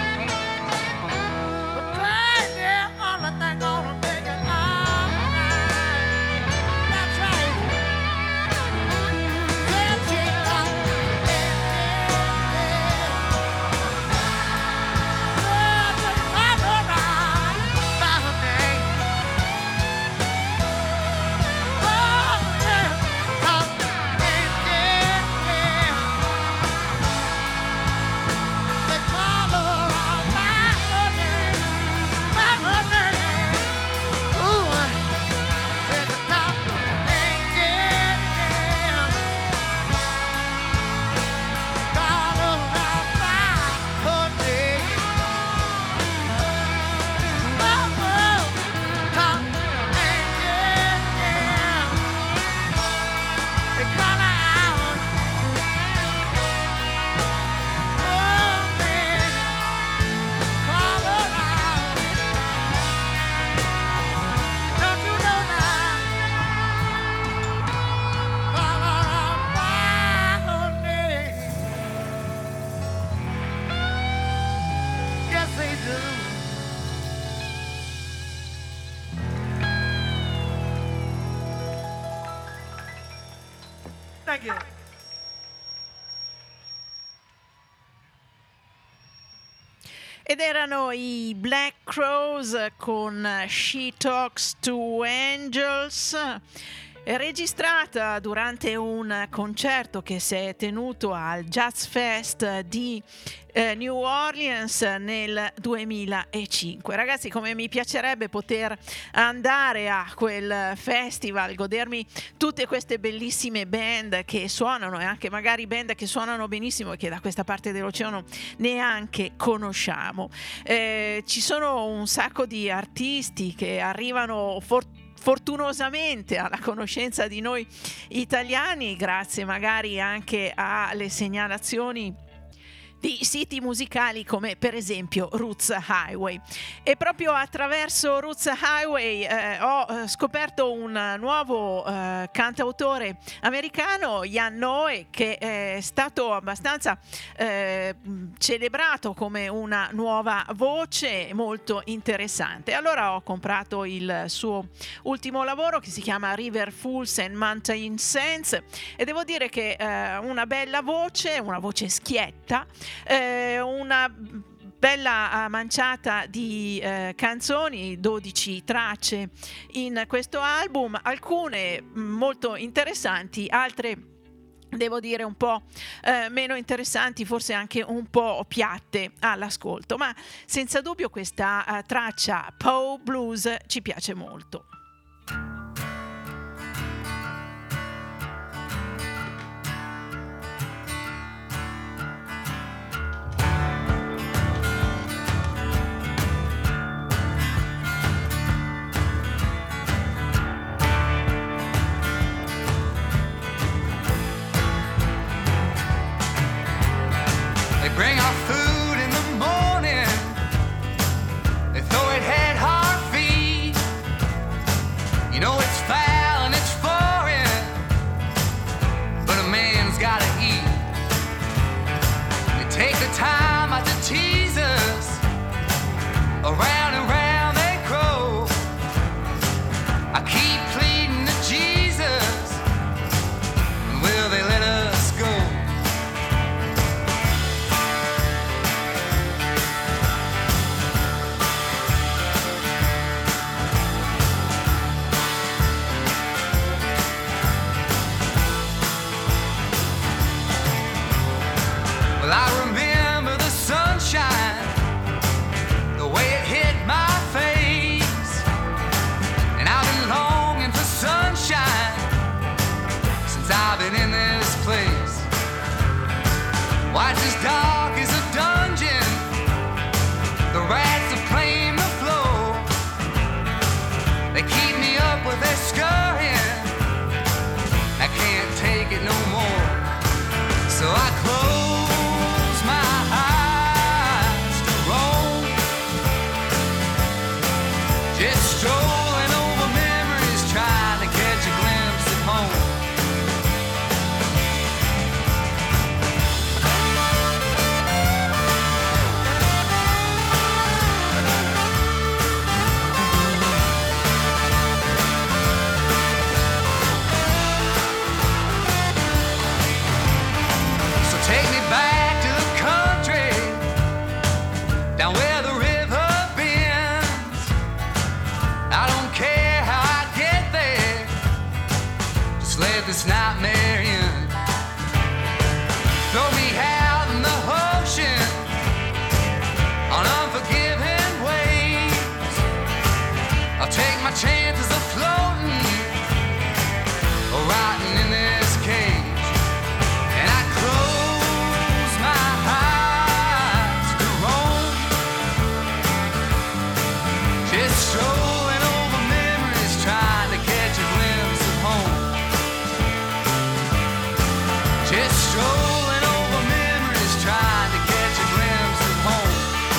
The pain, yeah, only thing gonna make it all right. That's right. Then she thought, well, they call her out by her name. Oh, yeah, thought, yeah. They call her out by her name, by her name. Ooh, at the top, yeah. Call her out by her name. Oh, top, yeah. They call her out. Oh, man, call her out. Don't you know that? Call her out by her name. Yes, they do. Thank you. Ed erano i Black Crowes con She Talks to Angels, registrata durante un concerto che si è tenuto al Jazz Fest di New Orleans nel 2005. Ragazzi, come mi piacerebbe poter andare a quel festival, godermi tutte queste bellissime band che suonano, e anche magari band che suonano benissimo e che da questa parte dell'oceano neanche conosciamo. Ci sono un sacco di artisti che arrivano fortunosamente alla conoscenza di noi italiani, grazie magari anche alle segnalazioni di siti musicali come per esempio Roots Highway. E proprio attraverso Roots Highway ho scoperto un nuovo cantautore americano, Jan Noe, che è stato abbastanza celebrato come una nuova voce molto interessante. Allora ho comprato il suo ultimo lavoro, che si chiama River Fools and Mountain Saints, e devo dire che una bella voce, una voce schietta, una bella manciata di canzoni, 12 tracce in questo album, alcune molto interessanti, altre devo dire un po' meno interessanti, forse anche un po' piatte all'ascolto, ma senza dubbio questa traccia Poe Blues ci piace molto. Bring our food in the morning. They throw it head, heart, feet. You know it's foul and it's foreign, but a man's gotta eat. They take the time out to tease us. Around and round they grow. I keep pleading to Jesus, and will they let us go? I remember the sunshine, the way it hit my face, and I've been longing for sunshine since I've been in this place. Why it's as dark as a dungeon, the rats are playing the floor, they keep me up with their scurrying, I can't take it no more, so I close my eyes to roam, just strolling over memories, trying to catch a glimpse of home. So take me back to the country, down where the river bends. I don't care how I get there, just let this nightmare end. Throw me out in the ocean on unforgiving waves. I'll take my chances of floating or rotting in this cage. And I close my eyes to roam, just strolling over memories, trying to catch a glimpse of home. Just strolling over memories, trying to catch a glimpse of home.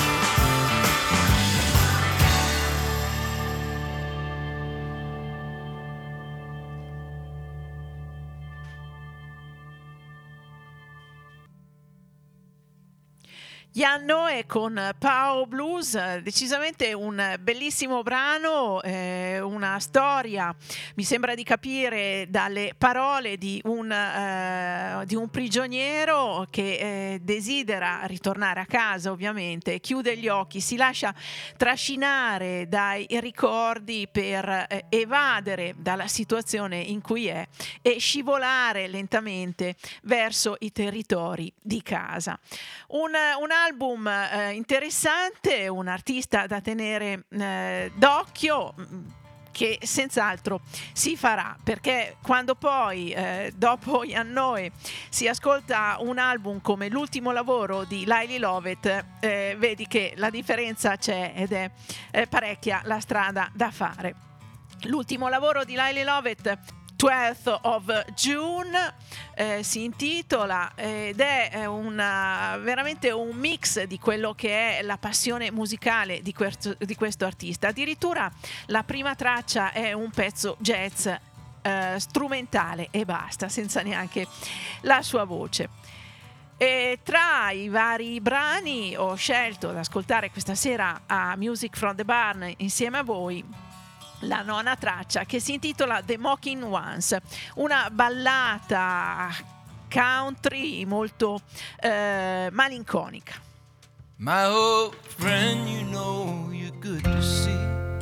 Jan Noe con Poe Blues, decisamente un bellissimo brano, una storia, mi sembra di capire dalle parole di un prigioniero che desidera ritornare a casa, ovviamente, chiude gli occhi, si lascia trascinare dai ricordi per evadere dalla situazione in cui è e scivolare lentamente verso i territori di casa. Un album interessante, un artista da tenere d'occhio, che senz'altro si farà, perché quando poi dopo Jan Noe si ascolta un album come l'ultimo lavoro di Laili Lovett, vedi che la differenza c'è ed è parecchia la strada da fare. L'ultimo lavoro di Lyle Lovett, 12th of June, si intitola ed è veramente un mix di quello che è la passione musicale di questo artista. Addirittura la prima traccia è un pezzo jazz strumentale e basta, senza neanche la sua voce. E tra i vari brani ho scelto di ascoltare questa sera a Music from the Barn insieme a voi la nona traccia, che si intitola The Mocking Ones, una ballata country molto malinconica. My old friend, you know you're good to see.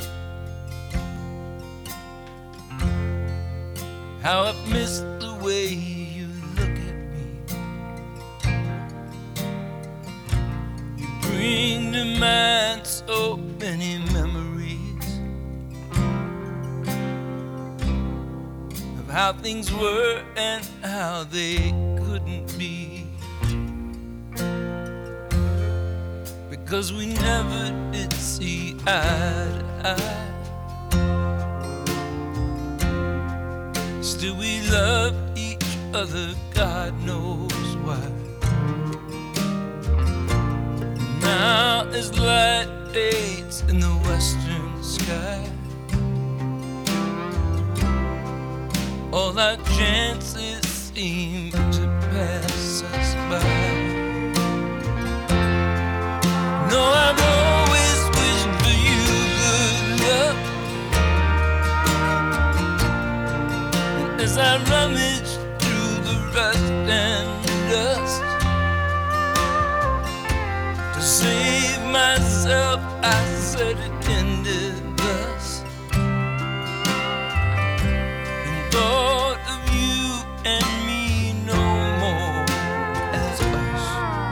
How I've missed the way you look at me. You bring to mind so many memories of how things were and how they couldn't be. Because we never did see eye to eye. Still we love each other, God knows why. Now as light fades in the western sky, all our chances seem to pass us by. No, I've always wished for you good luck. And as I rummage through the rust and dust, to save myself I said it ended thus, and thought of you and me no more as us.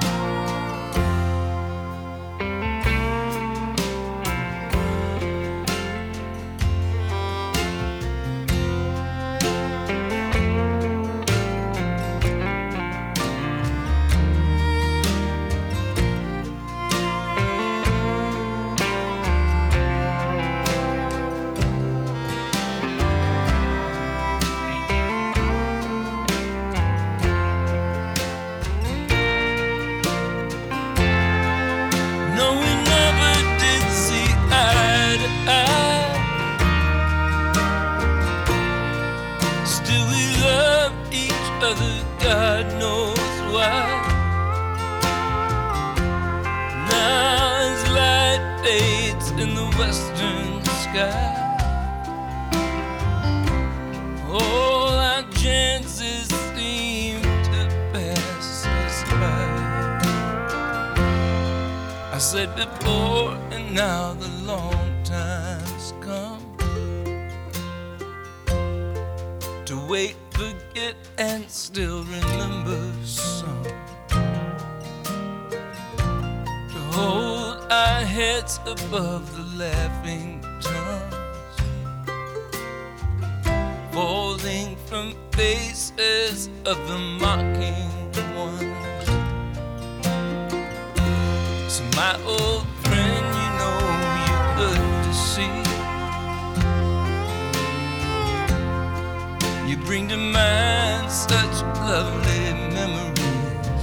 No, we never did see eye to eye. Still we love each other, God knows why. Now as light fades in the western sky, all our chances seem to pass us by. I said before and now the long time's come to wait, forget and still remember some, to hold our heads above the laughing tongues, falling from faces of the mocking ones. So my old friend, you know you're good to see. You bring to mind such lovely memories.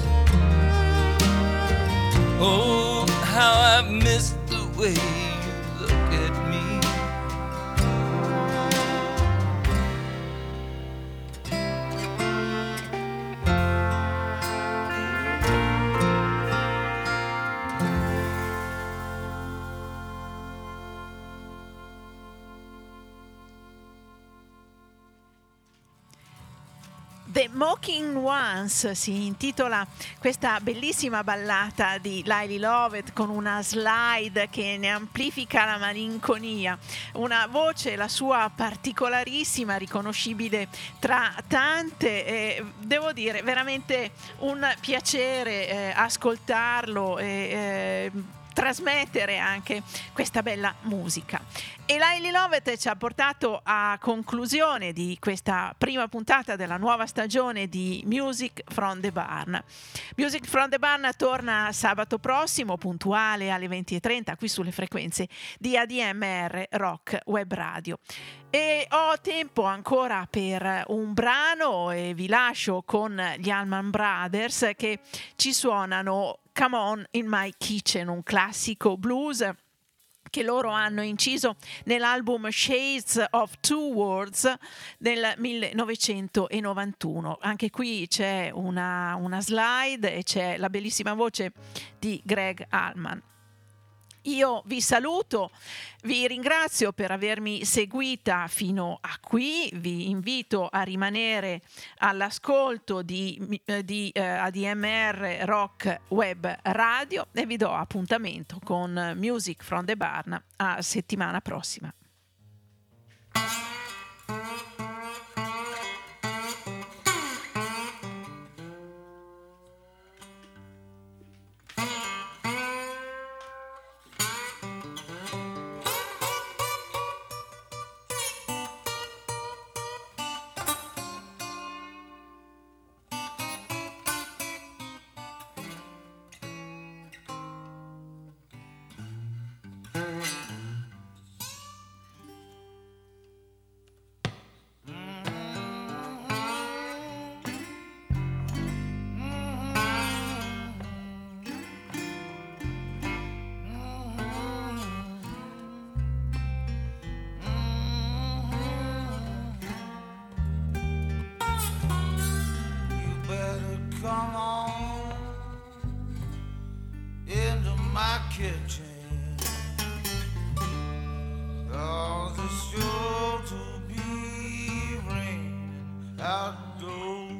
Oh, how I've missed the way you look at me. The Mocking Ones si intitola questa bellissima ballata di Lyle Lovett, con una slide che ne amplifica la malinconia, una voce, la sua particolarissima, riconoscibile tra tante, devo dire veramente un piacere ascoltarlo e trasmettere anche questa bella musica. E Laili Lovett ci ha portato a conclusione di questa prima puntata della nuova stagione di Music from the Barn. Music from the Barn torna sabato prossimo, puntuale alle 20:30, qui sulle frequenze di ADMR Rock Web Radio. E ho tempo ancora per un brano e vi lascio con gli Allman Brothers che ci suonano Come On in My Kitchen, un classico blues che loro hanno inciso nell'album Shades of Two Worlds del 1991. Anche qui c'è una slide e c'è la bellissima voce di Greg Allman. Io vi saluto, vi ringrazio per avermi seguita fino a qui, vi invito a rimanere all'ascolto di ADMR Rock Web Radio e vi do appuntamento con Music from the Barn a settimana prossima. Come on into my kitchen, 'cause it's sure to be raining outdoors.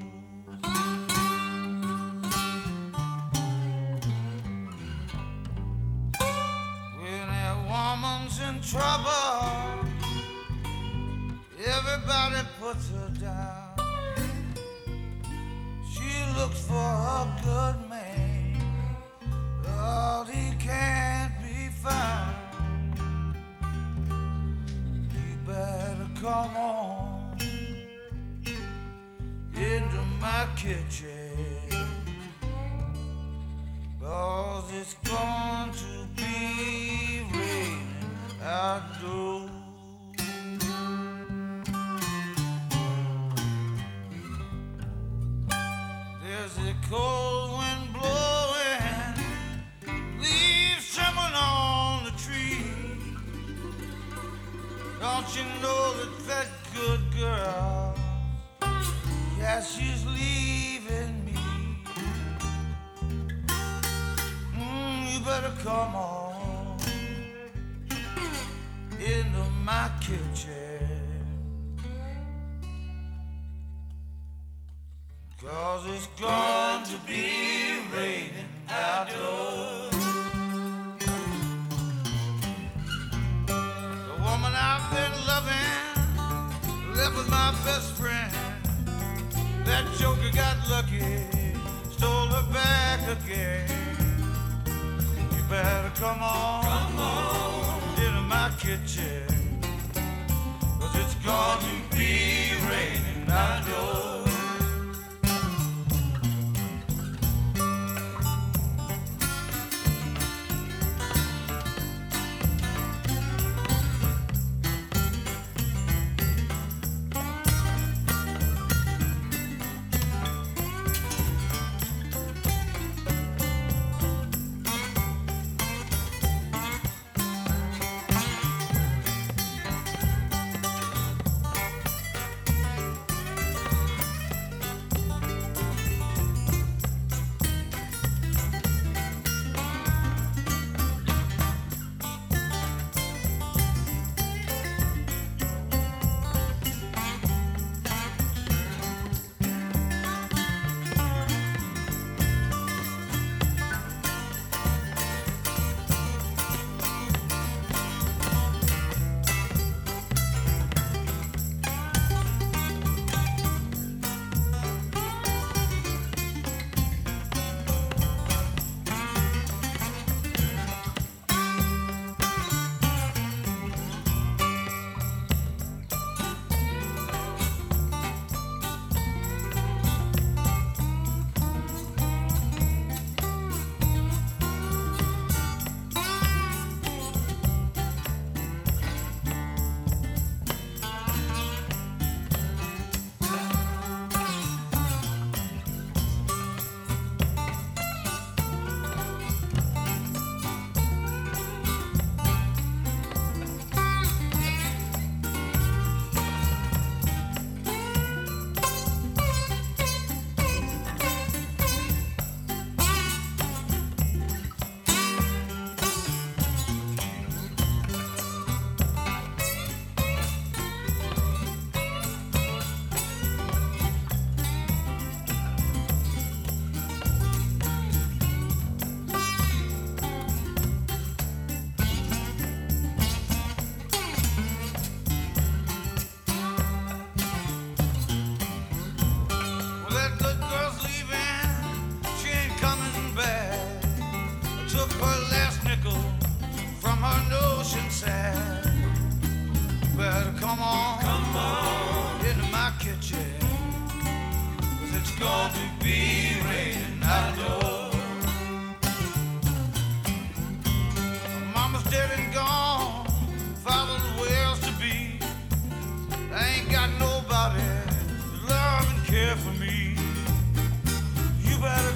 When that woman's in trouble, everybody puts her down. Looks for a good man, but he can't be found. You better come on into my kitchen, 'cause it's going to be raining outdoors. There's a cold wind blowing, leaves trembling on the tree. Don't you know that good girl, yeah, she's leaving me. You better come on into my kitchen, 'cause it's going to be raining outdoors. The woman I've been loving left with my best friend. That joker got lucky, stole her back again. You better come on into my kitchen, 'cause it's going to be raining outdoors.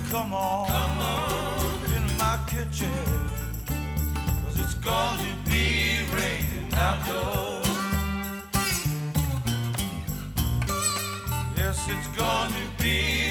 come on in my kitchen, 'cause it's going to be raining outdoors. Yes, it's going to be